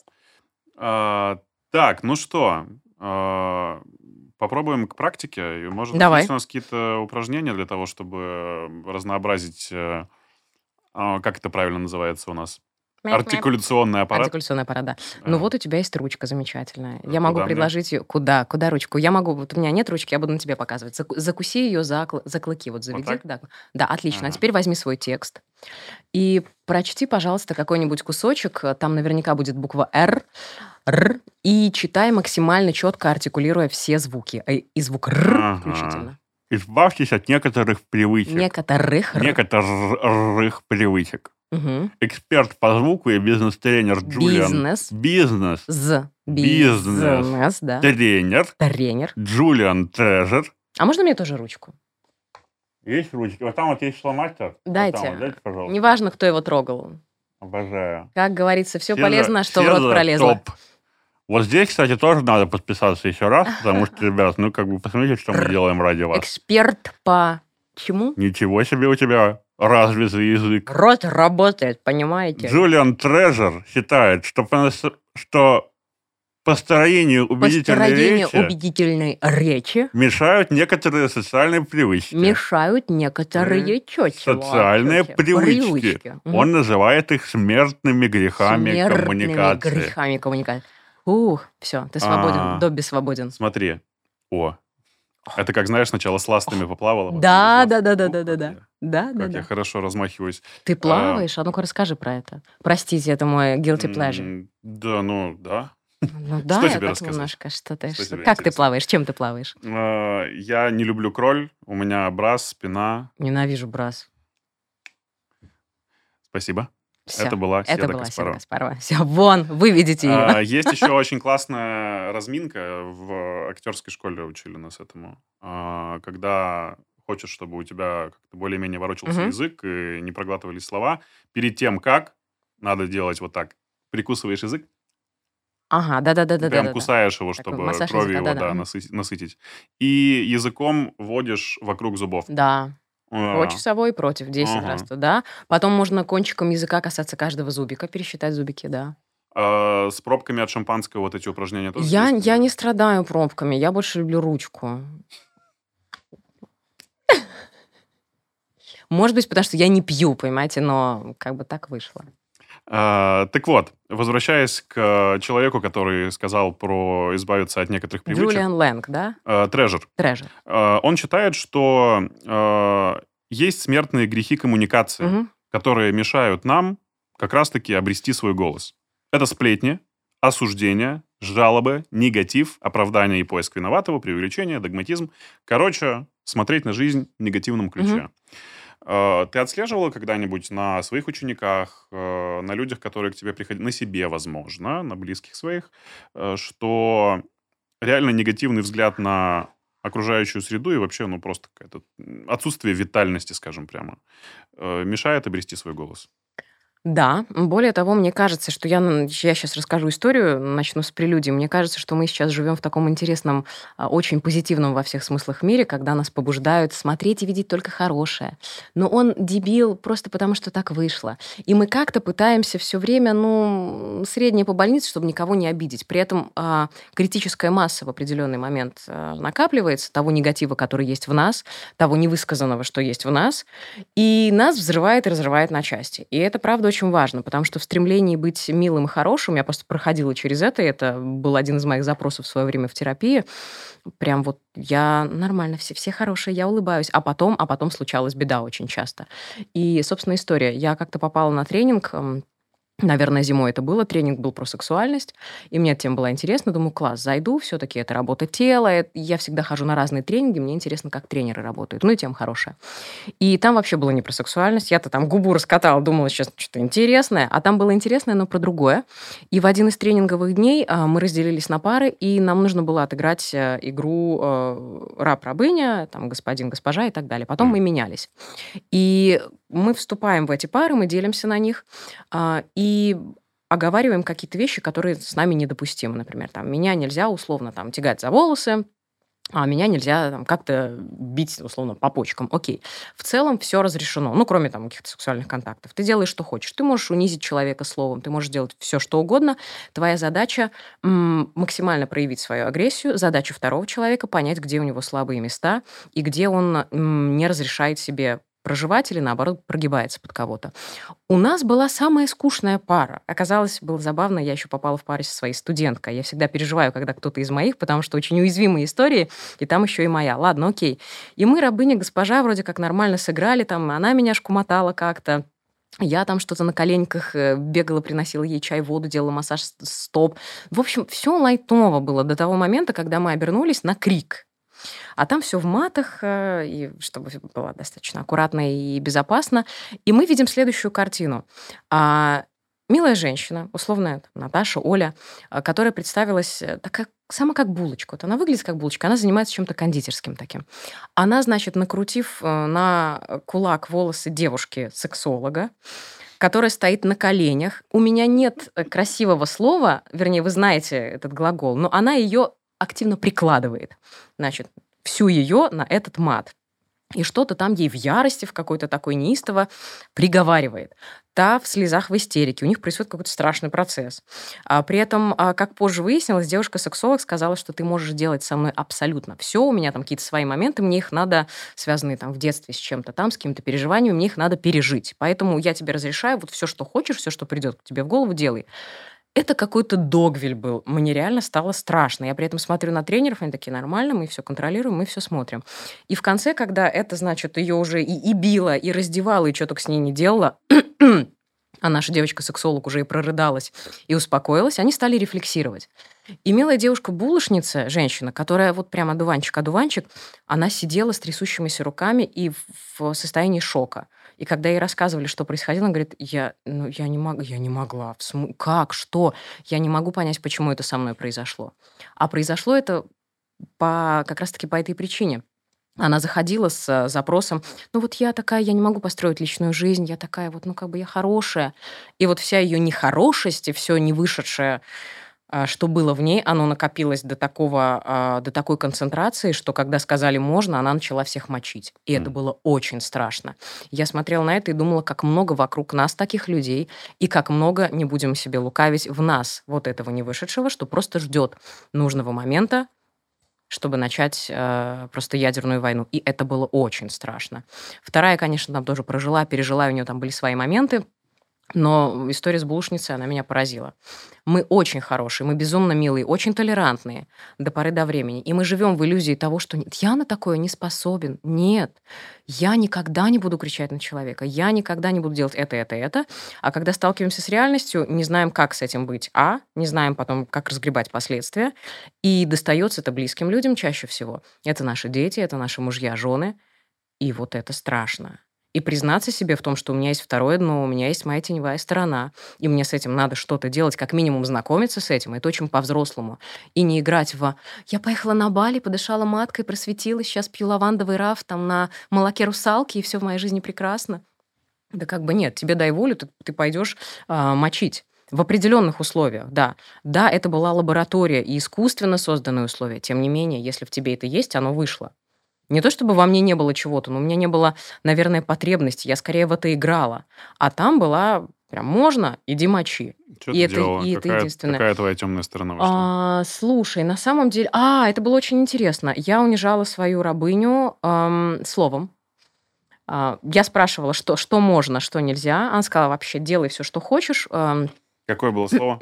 Так, ну что, попробуем к практике. И, может быть, Давай. есть у нас какие-то упражнения для того, чтобы разнообразить, как это правильно называется у нас? Артикуляционный аппарат. Артикуляционный аппарат, да. Ну вот у тебя есть ручка замечательная. Я Куда могу мне? предложить ее... Куда ручку? Я могу... Вот у меня нет ручки, я буду на тебе показывать. Закуси ее за клыки. Вот заведи. так? Да, отлично. А Ага. теперь возьми свой текст и прочти, пожалуйста, какой-нибудь кусочек. Там наверняка будет буква «Р», «Р», и читай максимально четко, артикулируя все звуки. И звук «Р» Ага. включительно. Избавьтесь от некоторых привычек. Некоторых «Р». Некоторых привычек. Мгм. Эксперт по звуку и бизнес-тренер Джулиан. Бизнес. Бизнес, да. Тренер Тренер. Джулиан Трежер. А можно мне тоже ручку? Есть ручки? Вот там вот есть фломастер. Дайте. Вот там вот, дайте, пожалуйста. Неважно, кто его трогал. Обожаю. Как говорится, все Все полезно, за- что в все рот за пролезло. топ. Вот здесь, кстати, тоже надо подписаться еще раз, потому что, ребят, посмотрите, что мы делаем ради вас. Эксперт по чему? Ничего себе у тебя развитый язык. Рот работает, понимаете? Джулиан Трежер считает, что построению убедительной речи мешают некоторые социальные привычки. Социальные привычки. Он называет их смертными грехами коммуникации. Все, ты свободен, Добби свободен. Смотри. Это как, знаешь, сначала с ластами поплавала. Да. Как я хорошо размахиваюсь. Ты плаваешь? А ну-ка расскажи про это. Простите, это мой guilty pleasure. Да. Ну да, что я тебе так рассказать? немножко что-то... Что тебе Как ты интересно? плаваешь? Чем ты плаваешь? Я не люблю кроль. У меня брас, спина. Ненавижу брас. Спасибо. Всё. Это была Это Седа была Каспарова. Седа Каспарова. Все, вон, выведите ее. Есть еще очень классная разминка. В актерской школе учили нас этому. Когда хочешь, чтобы у тебя как-то более-менее ворочался язык и не проглатывались слова, перед тем, как надо делать вот так. Прикусываешь язык, Ага, да. прям кусаешь его, Такой чтобы массаж кровью языка, его да. насытить. И языком водишь вокруг зубов. Да. По часовой против 10 Ага. раз туда. Потом можно кончиком языка касаться каждого зубика, пересчитать зубики, да. С пробками от шампанского вот эти упражнения тоже Я есть? не страдаю пробками, я больше люблю ручку. Может быть, потому что я не пью, понимаете, но как бы так вышло. Так вот, возвращаясь к человеку, который сказал про избавиться от некоторых привычек. Джулиан Лэнг, да? Трежер. Трежер. Он считает, что есть смертные грехи коммуникации, которые мешают нам как раз-таки обрести свой голос. Это сплетни, осуждения, жалобы, негатив, оправдание и поиск виноватого, преувеличение, догматизм. Короче, смотреть на жизнь в негативном ключе. Ты отслеживала когда-нибудь на своих учениках, на людях, которые к тебе приходили, на себе, возможно, на близких своих, что реально негативный взгляд на окружающую среду и вообще, просто какое-то отсутствие витальности, скажем прямо, мешает обрести свой голос? Да, более того, мне кажется, что я сейчас расскажу историю, начну с прелюдии. Мне кажется, что мы сейчас живем в таком интересном, очень позитивном во всех смыслах мире, когда нас побуждают смотреть и видеть только хорошее. Но он дебил просто потому, что так вышло. И мы как-то пытаемся все время, среднее по больнице, чтобы никого не обидеть. При этом критическая масса в определенный момент накапливается, того негатива, который есть в нас, того невысказанного, что есть в нас, и нас взрывает и разрывает на части. И это, правда, очень важно, потому что в стремлении быть милым и хорошим, я просто проходила через это, и это был один из моих запросов в свое время в терапии, прям вот я нормально, все хорошие, я улыбаюсь, а потом случалась беда очень часто. И, собственно, история. Я как-то попала на тренинг, наверное, зимой это было, тренинг был про сексуальность, и мне эта тема была интересна, думаю, класс, зайду, все-таки это работа тела, я всегда хожу на разные тренинги, мне интересно, как тренеры работают, и тема хорошая. И там вообще было не про сексуальность, я-то там губу раскатала, думала, сейчас что-то интересное, а там было интересное, но про другое. И в один из тренинговых дней мы разделились на пары, и нам нужно было отыграть игру раб-рабыня, там, господин, госпожа и так далее. Потом мы менялись. И мы вступаем в эти пары, мы делимся на них, и оговариваем какие-то вещи, которые с нами недопустимы. Например, меня нельзя условно тягать за волосы, а меня нельзя как-то бить, условно, по почкам. Окей. В целом все разрешено. Кроме каких-то сексуальных контактов. Ты делаешь, что хочешь. Ты можешь унизить человека словом, ты можешь делать все, что угодно. Твоя задача максимально проявить свою агрессию. Задача второго человека понять, где у него слабые места и где он не разрешает себе проживать или, наоборот, прогибается под кого-то. У нас была самая скучная пара. Оказалось, было забавно, я еще попала в пару со своей студенткой. Я всегда переживаю, когда кто-то из моих, потому что очень уязвимые истории, и там еще и моя. Ладно, окей. И мы, рабыня-госпожа, вроде как нормально сыграли, она меня шкумотала как-то. Я что-то на коленках бегала, приносила ей чай, воду, делала массаж стоп. В общем, все лайтово было до того момента, когда мы обернулись на крик. А там все в матах, и чтобы было достаточно аккуратно и безопасно. И мы видим следующую картину. Милая женщина, условно Наташа, Оля, которая представилась такая сама как булочка. Она выглядит как булочка, она занимается чем-то кондитерским таким. Она, накрутив на кулак волосы девушки-сексолога, которая стоит на коленях. У меня нет красивого слова, вернее, вы знаете этот глагол, но она ее активно прикладывает. Значит, всю ее на этот мат. И что-то там ей в ярости, в какой-то такой неистово приговаривает. Та в слезах, в истерике. У них происходит какой-то страшный процесс. При этом, как позже выяснилось, девушка-сексолог сказала, что ты можешь делать со мной абсолютно все. У меня там какие-то свои моменты, мне их надо, связанные там в детстве с чем-то там, с какими-то переживаниями, мне их надо пережить. Поэтому я тебе разрешаю вот все, что хочешь, все, что придет к тебе в голову, делай. Это какой-то догвиль был. Мне реально стало страшно. Я при этом смотрю на тренеров, они такие, нормально, мы все контролируем, мы все смотрим. И в конце, когда это, значит, ее уже и била, и раздевала, и что только с ней не делала, а наша девочка-сексолог уже и прорыдалась, и успокоилась, они стали рефлексировать. И милая девушка-булочница, женщина, которая вот прям одуванчик, она сидела с трясущимися руками и в состоянии шока. И когда ей рассказывали, что происходило, она говорит, я не могла. Как? Что? Я не могу понять, почему это со мной произошло. А произошло это как раз-таки по этой причине. Она заходила с запросом, ну вот я такая, я не могу построить личную жизнь, я такая вот, ну как бы я хорошая. И вот вся ее нехорошесть и все не вышедшее, что было в ней, оно накопилось до такой концентрации, что когда сказали «можно», она начала всех мочить. И это было очень страшно. Я смотрела на это и думала, как много вокруг нас таких людей, и как много, не будем себе лукавить, в нас вот этого не вышедшего, что просто ждет нужного момента, чтобы начать просто ядерную войну. И это было очень страшно. Вторая, конечно, там тоже пережила, у нее там были свои моменты, но история с булочницей, она меня поразила. Мы очень хорошие, мы безумно милые, очень толерантные до поры до времени. И мы живем в иллюзии того, что нет, я на такое не способен. Нет, я никогда не буду кричать на человека, я никогда не буду делать это. А когда сталкиваемся с реальностью, не знаем, как с этим быть, не знаем потом, как разгребать последствия. И достается это близким людям чаще всего. Это наши дети, это наши мужья, жены. И вот это страшно. И признаться себе в том, что у меня есть второе дно, у меня есть моя теневая сторона, и мне с этим надо что-то делать, как минимум знакомиться с этим, это очень по-взрослому. И не играть в «я поехала на Бали, подышала маткой, просветилась, сейчас пью лавандовый раф там на молоке русалки, и все в моей жизни прекрасно». Да как бы нет, тебе дай волю, ты пойдешь мочить. В определенных условиях, да. Да, это была лаборатория и искусственно созданные условия. Тем не менее, если в тебе это есть, оно вышло. Не то чтобы во мне не было чего-то, но у меня не было, наверное, потребности. Я скорее в это играла. А там была прям можно, иди мочи. Что ты делала? Это единственное. Какая твоя темная сторона вышла? Слушай, на самом деле... это было очень интересно. Я унижала свою рабыню словом. Я спрашивала, что можно, что нельзя. Она сказала, вообще делай все, что хочешь. Какое было слово?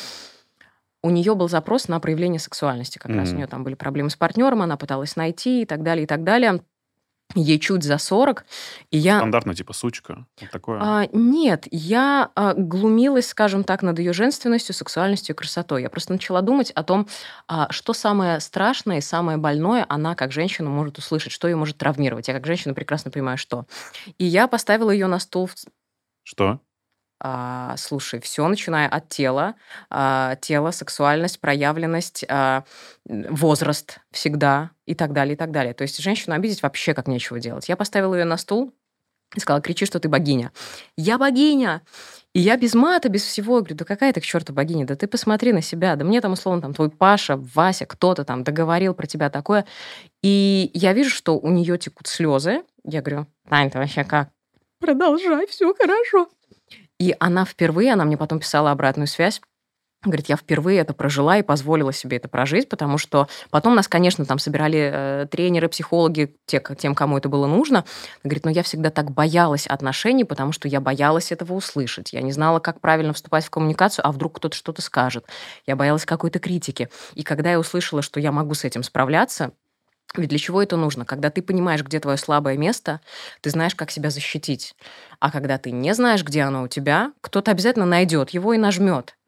У нее был запрос на проявление сексуальности как раз. У нее там были проблемы с партнером, она пыталась найти и так далее, и так далее. Ей чуть за 40. И я... Стандартно, типа сучка? Вот такое? Нет, я глумилась, скажем так, над ее женственностью, сексуальностью и красотой. Я просто начала думать о том, что самое страшное и самое больное она, как женщина, может услышать, что ее может травмировать. Я, как женщина, прекрасно понимаю, что. И я поставила ее на стул... Что? Слушай, все, начиная от тела, тело, сексуальность, проявленность, возраст всегда и так далее, и так далее. То есть женщину обидеть вообще как нечего делать. Я поставила ее на стул и сказала, кричи, что ты богиня. Я богиня! И я без мата, без всего, говорю, да какая ты к черту богиня, да ты посмотри на себя, да мне там, условно, там, твой Паша, Вася, кто-то там договорил про тебя такое. И я вижу, что у нее текут слезы. Я говорю, Тань, ты вообще как? Продолжай, все хорошо. И она мне потом писала обратную связь, говорит, я впервые это прожила и позволила себе это прожить, потому что потом нас, конечно, там собирали тренеры, психологи, тем, кому это было нужно. Говорит, но я всегда так боялась отношений, потому что я боялась этого услышать. Я не знала, как правильно вступать в коммуникацию, а вдруг кто-то что-то скажет. Я боялась какой-то критики. И когда я услышала, что я могу с этим справляться, ведь для чего это нужно? Когда ты понимаешь, где твое слабое место, ты знаешь, как себя защитить. А когда ты не знаешь, где оно у тебя, кто-то обязательно найдет его и нажмет.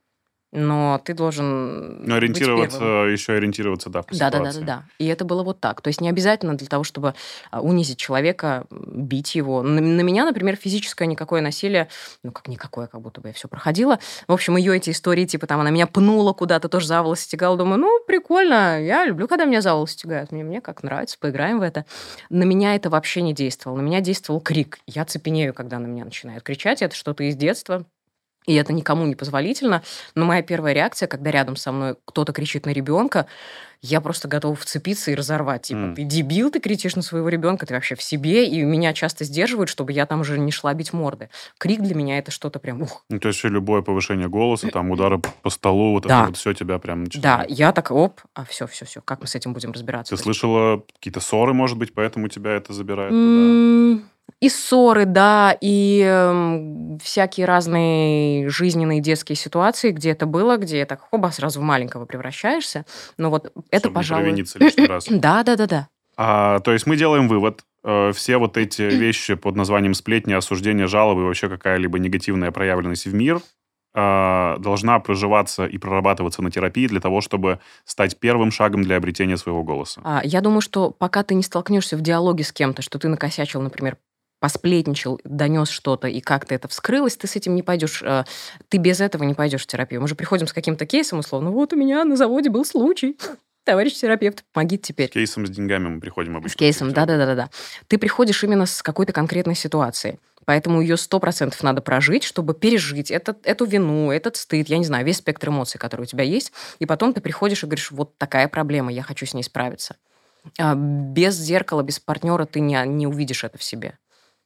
но ты должен Но быть первым. еще ориентироваться, да, по ситуации. Да. И это было вот так. То есть не обязательно для того, чтобы унизить человека, бить его. На меня, например, физическое никакое насилие, ну как никакое, как будто бы я все проходила. В общем, ее эти истории, типа там она меня пнула куда-то, тоже за волосы стегала. Думаю, ну прикольно, я люблю, когда меня за волосы стегают. Мне как нравится, поиграем в это. На меня это вообще не действовало. На меня действовал крик. Я цепенею, когда на меня начинают кричать. Это что-то из детства. И это никому не позволительно. Но моя первая реакция, когда рядом со мной кто-то кричит на ребенка, я просто готова вцепиться и разорвать. Типа, ты дебил, ты кричишь на своего ребенка, ты вообще в себе. И меня часто сдерживают, чтобы я там уже не шла бить морды. Крик для меня это что-то прям ух. Ну, то есть любое повышение голоса, там удары по столу, вот это вот все тебя прям начинает. Да, я так, оп, все. Как мы с этим будем разбираться? Ты слышала какие-то ссоры, может быть, поэтому тебя это забирает туда? И ссоры, да, и всякие разные жизненные детские ситуации, где это было, где так хоба, сразу в маленького превращаешься. Но вот это, Чтобы пожалуй... не провиниться лишний раз. Да. То есть мы делаем вывод. Все вот эти вещи под названием сплетни, осуждение, жалобы и вообще какая-либо негативная проявленность в мир должна проживаться и прорабатываться на терапии для того, чтобы стать первым шагом для обретения своего голоса. Я думаю, что пока ты не столкнешься в диалоге с кем-то, что ты накосячил, например, посплетничал, донес что-то, и как-то это вскрылось, ты с этим не пойдешь, ты без этого не пойдешь в терапию. Мы же приходим с каким-то кейсом, условно, вот у меня на заводе был случай, товарищ терапевт, помогите теперь. С кейсом с деньгами мы приходим обычно. С кейсом, да. Ты приходишь именно с какой-то конкретной ситуацией. Поэтому ее 100% надо прожить, чтобы пережить эту вину, этот стыд, я не знаю, весь спектр эмоций, который у тебя есть. И потом ты приходишь и говоришь, вот такая проблема, я хочу с ней справиться. Без зеркала, без партнера ты не увидишь это в себе.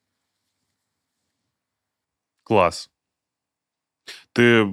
Класс. Ты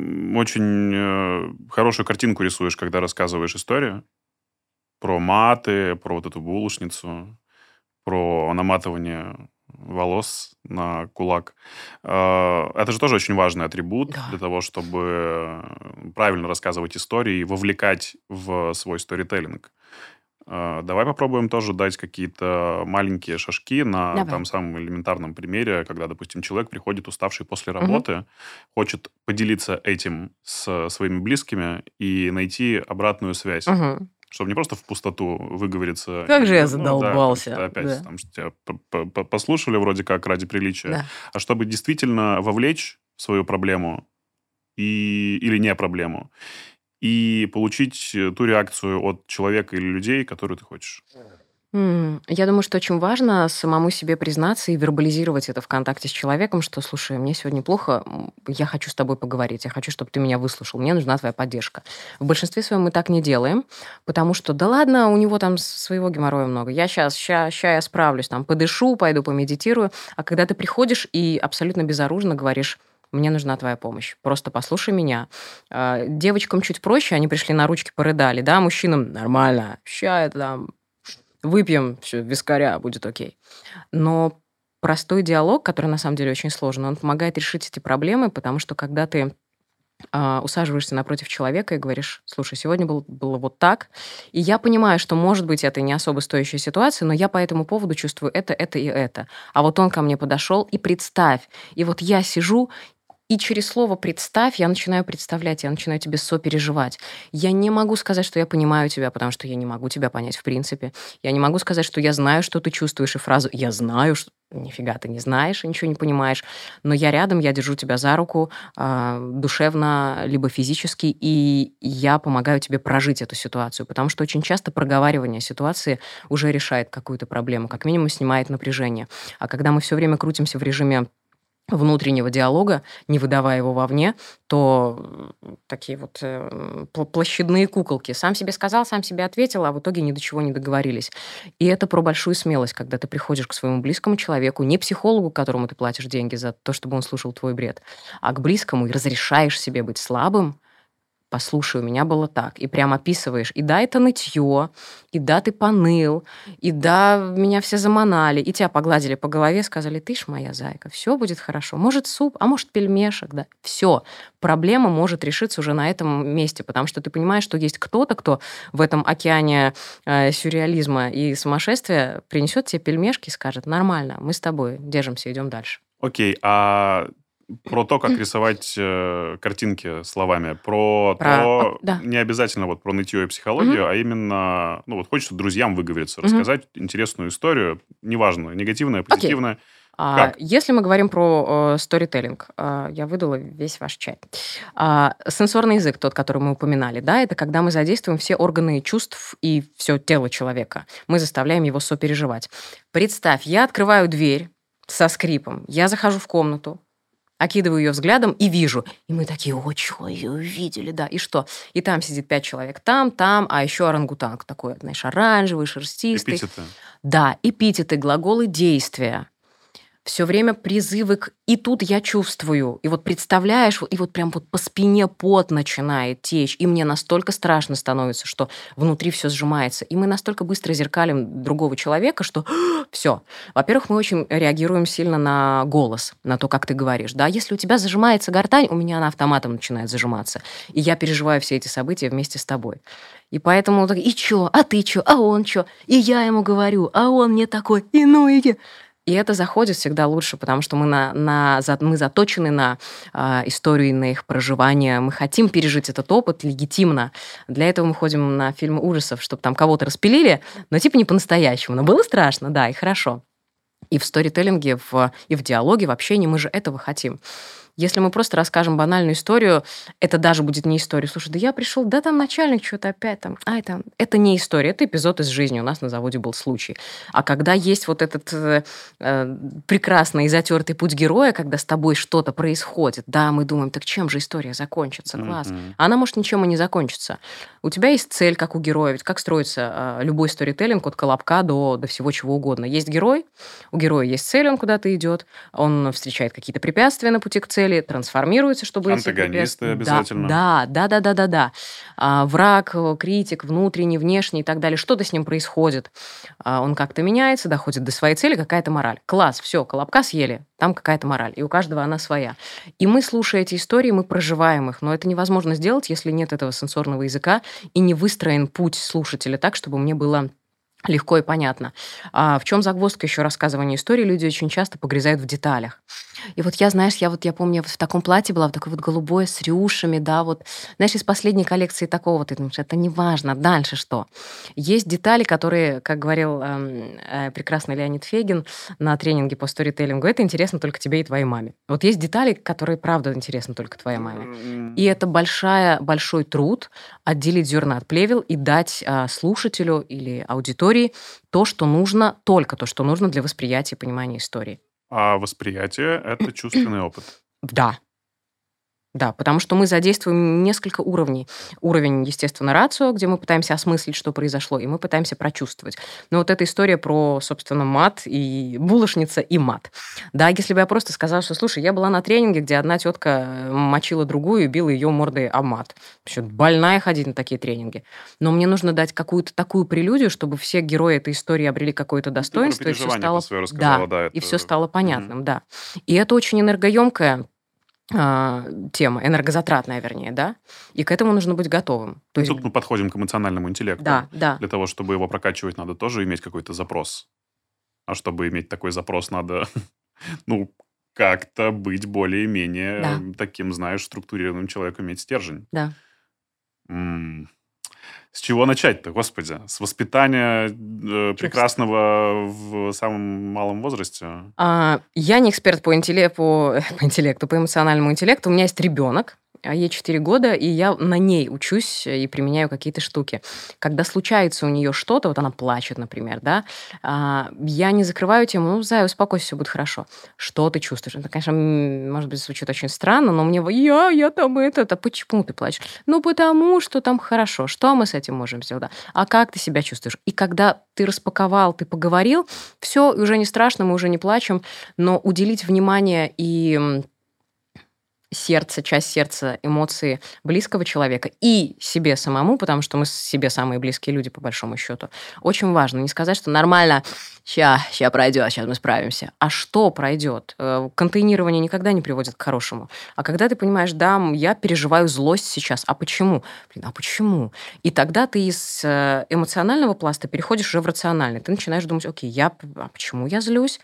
очень хорошую картинку рисуешь, когда рассказываешь историю про маты, про вот эту булочницу, про наматывание волос на кулак. Это же тоже очень важный атрибут для того, чтобы правильно рассказывать истории и вовлекать в свой сторителлинг. Давай попробуем тоже дать какие-то маленькие шажки на там самом элементарном примере, когда, допустим, человек приходит уставший после работы, хочет поделиться этим с своими близкими и найти обратную связь. Чтобы не просто в пустоту выговориться. Как же я задолбался. Да, опять, там, что тебя послушали вроде как ради приличия. А чтобы действительно вовлечь в свою проблему или не проблему, и получить ту реакцию от человека или людей, которую ты хочешь. Я думаю, что очень важно самому себе признаться и вербализировать это в контакте с человеком, что, слушай, мне сегодня плохо, я хочу с тобой поговорить, я хочу, чтобы ты меня выслушал, мне нужна твоя поддержка. В большинстве своем мы так не делаем, потому что, да ладно, у него там своего геморроя много, я щас я справлюсь, там, подышу, пойду помедитирую. А когда ты приходишь и абсолютно безоружно говоришь, мне нужна твоя помощь. Просто послушай меня. Девочкам чуть проще, они пришли на ручки, порыдали, да, мужчинам нормально, ща это там выпьем, все, вискаря, будет окей. Но простой диалог, который на самом деле очень сложный, он помогает решить эти проблемы, потому что когда ты усаживаешься напротив человека и говоришь, слушай, сегодня было вот так, и я понимаю, что, может быть, это не особо стоящая ситуация, но я по этому поводу чувствую это и это. А вот он ко мне подошел, и представь, и вот я сижу, и через слово «представь» я начинаю представлять, я начинаю тебе сопереживать. Я не могу сказать, что я понимаю тебя, потому что я не могу тебя понять в принципе. Я не могу сказать, что я знаю, что ты чувствуешь, и фразу «я знаю», что нифига ты не знаешь и ничего не понимаешь, но я рядом, я держу тебя за руку душевно, либо физически, и я помогаю тебе прожить эту ситуацию, потому что очень часто проговаривание ситуации уже решает какую-то проблему, как минимум снимает напряжение. А когда мы все время крутимся в режиме внутреннего диалога, не выдавая его вовне, то такие вот площадные куколки. Сам себе сказал, сам себе ответил, а в итоге ни до чего не договорились. И это про большую смелость, когда ты приходишь к своему близкому человеку, не психологу, которому ты платишь деньги за то, чтобы он слушал твой бред, а к близкому и разрешаешь себе быть слабым. Послушай, у меня было так. И прям описываешь. И да, это нытье, и да, ты поныл, и да, меня все заманали, и тебя погладили по голове, сказали, ты ж моя зайка, все будет хорошо. Может, суп, а может, пельмешек, да. Все. Проблема может решиться уже на этом месте, потому что ты понимаешь, что есть кто-то, кто в этом океане сюрреализма и сумасшествия принесет тебе пельмешки и скажет, нормально, мы с тобой держимся, идем дальше. Окей, а про то, как рисовать картинки словами, про Да. не обязательно вот про нытье и Мгм. психологию, а именно, ну вот хочется друзьям выговориться, Мгм. рассказать интересную историю, неважно, негативная, Окей. позитивная. Как? Если мы говорим про сторителлинг, я выдала весь ваш чай. Сенсорный язык, тот, который мы упоминали, да, это когда мы задействуем все органы чувств и все тело человека. Мы заставляем его сопереживать. Представь, я открываю дверь со скрипом, я захожу в комнату, окидываю ее взглядом и вижу. И мы такие, о, чё, ее увидели, да. И что? И там сидит 5 человек, там, а еще орангутанг такой, знаешь, оранжевый, шерстистый. Эпитеты. Да, эпитеты, глаголы действия. Все время призывы к... И тут я чувствую. И вот представляешь, и вот прям вот по спине пот начинает течь. И мне настолько страшно становится, что внутри все сжимается. И мы настолько быстро зеркалим другого человека, что все. Во-первых, мы очень реагируем сильно на голос, на то, как ты говоришь. Да? Если у тебя зажимается гортань, у меня она автоматом начинает зажиматься. И я переживаю все эти события вместе с тобой. И поэтому так, и чё, а ты чё, а он чё? И я ему говорю, а он мне такой, и ну иди. И это заходит всегда лучше, потому что мы заточены на историю, на их проживание. Мы хотим пережить этот опыт легитимно. Для этого мы ходим на фильмы ужасов, чтобы там кого-то распилили, но типа не по-настоящему. Но было страшно, да, и хорошо. И в сторителлинге, и в диалоге, в общении мы же этого хотим. Если мы просто расскажем банальную историю, это даже будет не история. Слушай, да я пришел, да там начальник что-то опять там, это не история, это эпизод из жизни. У нас на заводе был случай. А когда есть вот этот прекрасный и затертый путь героя, когда с тобой что-то происходит, да, мы думаем, так чем же история закончится, класс. А она может ничем и не закончиться. У тебя есть цель, как у героя. Ведь как строится любой сторителлинг от колобка до всего чего угодно. Есть герой, у героя есть цель, он куда-то идет, он встречает какие-то препятствия на пути к цели, трансформируется, чтобы эти Антагонисты препятствия... обязательно. Да. Враг, критик, внутренний, внешний и так далее. Что-то с ним происходит. Он как-то меняется, доходит до своей цели, какая-то мораль. Класс, все, колобка съели, там какая-то мораль. И у каждого она своя. И мы, слушая эти истории, мы проживаем их. Но это невозможно сделать, если нет этого сенсорного языка и не выстроен путь слушателя так, чтобы мне было легко и понятно. В чем загвоздка еще рассказывания истории? Люди очень часто погрязают в деталях. И вот я, знаешь, я помню, в таком платье была, в такой вот голубой, с рюшами, да, вот, знаешь, из последней коллекции такого, ты думаешь, это не важно, дальше что? Есть детали, которые, как говорил прекрасный Леонид Фегин на тренинге по сторителлингу, это интересно только тебе и твоей маме. Вот есть детали, которые, правда, интересны только твоей маме. И это большой труд отделить зерна от плевел и дать слушателю или аудитории то, что нужно, только то, что нужно для восприятия и понимания истории. А восприятие – это чувственный опыт. Да, потому что мы задействуем несколько уровней. Уровень, естественно, рацио, где мы пытаемся осмыслить, что произошло, и мы пытаемся прочувствовать. Но вот эта история про, собственно, мат и булочница и мат. Да, если бы я просто сказала, что, слушай, я была на тренинге, где одна тетка мочила другую и била ее мордой об мат. Вообще больная ходить на такие тренинги. Но мне нужно дать какую-то такую прелюдию, чтобы все герои этой истории обрели какое-то достоинство, и все стало... и все стало понятным, да. И это очень энергоемкая тема, энергозатратная, вернее, да, и к этому нужно быть готовым. То есть... Тут мы подходим к эмоциональному интеллекту. Да. Для того, чтобы его прокачивать, надо тоже иметь какой-то запрос. А чтобы иметь такой запрос, надо, как-то быть более-менее таким, знаешь, структурированным человеком, иметь стержень. Да. С чего начать-то, господи? С воспитания прекрасного в самом малом возрасте? Я не эксперт по интеллекту, по эмоциональному интеллекту. У меня есть ребенок, ей 4 года, и я на ней учусь и применяю какие-то штуки. Когда случается у нее что-то, вот она плачет, например, да, я не закрываю тему, Зая, успокойся, все будет хорошо. Что ты чувствуешь? Это, конечно, может быть, звучит очень странно, но мне я там это, почему ты плачешь? Потому что там хорошо. Что мы с этим можем сделать? Да? А как ты себя чувствуешь? И когда ты распаковал, ты поговорил, все, уже не страшно, мы уже не плачем, но уделить внимание и часть сердца, эмоции близкого человека и себе самому, потому что мы себе самые близкие люди, по большому счету, очень важно. Не сказать, что нормально, ща пройдет, сейчас мы справимся. А что пройдет? Контейнирование никогда не приводит к хорошему. А когда ты понимаешь, да, я переживаю злость сейчас, а почему? А почему? И тогда ты из эмоционального пласта переходишь уже в рациональный. Ты начинаешь думать, окей, почему я злюсь?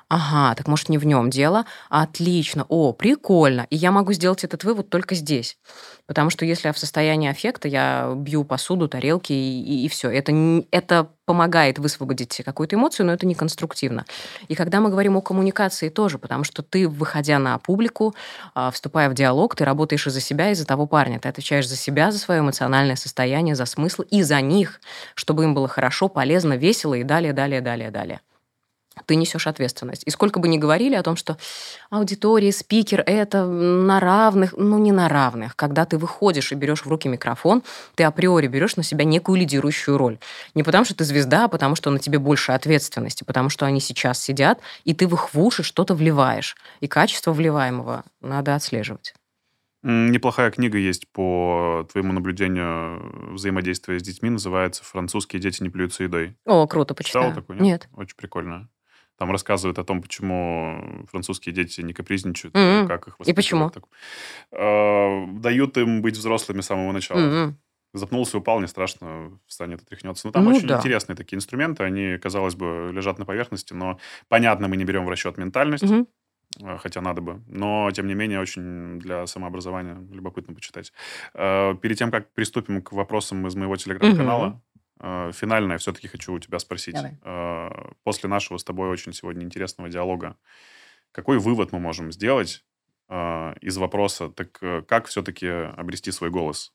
Ага, так может не в нем дело? Отлично, о, прикольно. И я могу сделать этот вывод только здесь. Потому что если я в состоянии аффекта, я бью посуду, тарелки и все. Это помогает высвободить какую-то эмоцию, но это не конструктивно. И когда мы говорим о коммуникации тоже, потому что ты, выходя на публику, вступая в диалог, ты работаешь и за себя, и за того парня. Ты отвечаешь за себя, за свое эмоциональное состояние, за смысл, и за них, чтобы им было хорошо, полезно, весело и далее, далее, далее, далее. Ты несешь ответственность. И сколько бы ни говорили о том, что аудитория, спикер– это на равных, ну не на равных. Когда ты выходишь и берешь в руки микрофон, ты априори берешь на себя некую лидирующую роль. Не потому что ты звезда, а потому что на тебе больше ответственности, потому что они сейчас сидят, и ты в их уши что-то вливаешь. И качество вливаемого надо отслеживать. Неплохая книга есть по твоему наблюдению взаимодействия с детьми. Называется «Французские дети не плюются едой». О, круто, Читала почитаю. такую, Нет. Очень прикольно. Там рассказывают о том, почему французские дети не капризничают, М-м. как их И почему? воспитывают. Дают им быть взрослыми с самого начала. М-м. Запнулся, упал, не страшно, встанет, отряхнется. Но там Ну очень да. интересные такие инструменты. Они, казалось бы, лежат на поверхности, но понятно, мы не берем в расчет ментальность, Мгм. хотя надо бы. Но, тем не менее, очень для самообразования любопытно почитать. Перед тем, как приступим к вопросам из моего Мгм. телеграм-канала, финальное все-таки хочу у тебя спросить. Давай. После нашего с тобой очень сегодня интересного диалога, какой вывод мы можем сделать из вопроса, как все-таки обрести свой голос?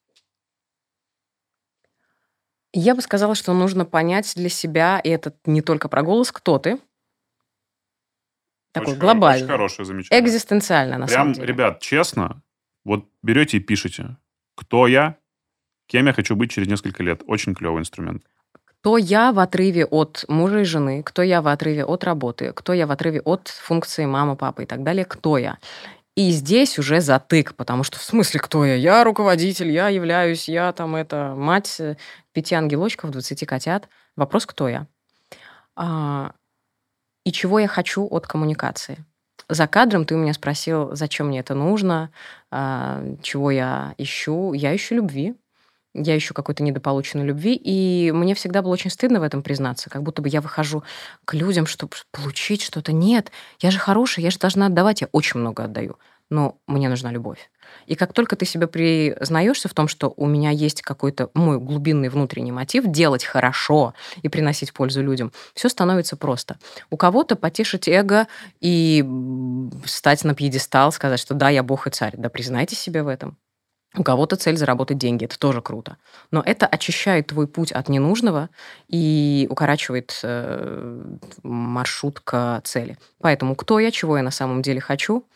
Я бы сказала, что нужно понять для себя, и это не только про голос, кто ты, такой Очень глобальный, хорошее замечание. экзистенциально на самом Прям, деле. ребят, честно, вот берете и пишете, кто я, кем я хочу быть через несколько лет. Очень клевый инструмент. Кто я в отрыве от мужа и жены, кто я в отрыве от работы, кто я в отрыве от функции мама, папа и так далее, кто я. И здесь уже затык, потому что в смысле кто я? Я руководитель, я являюсь, я там это мать 5 ангелочков, 20 котят. Вопрос, кто я? А, И чего я хочу от коммуникации. За кадром ты у меня спросил, зачем мне это нужно, чего я ищу. Я ищу любви. Я ищу какой-то недополученной любви, и мне всегда было очень стыдно в этом признаться, как будто бы я выхожу к людям, чтобы получить что-то. Нет, я же хорошая, я же должна отдавать, я очень много отдаю, но мне нужна любовь. И как только ты себе признаешься в том, что у меня есть какой-то мой глубинный внутренний мотив делать хорошо и приносить пользу людям, все становится просто. У кого-то потешить эго и встать на пьедестал, сказать, что да, я бог и царь. Да признайте себе в этом. У кого-то цель заработать деньги, это тоже круто. Но это очищает твой путь от ненужного и укорачивает маршрут к цели. Поэтому кто я, чего я на самом деле хочу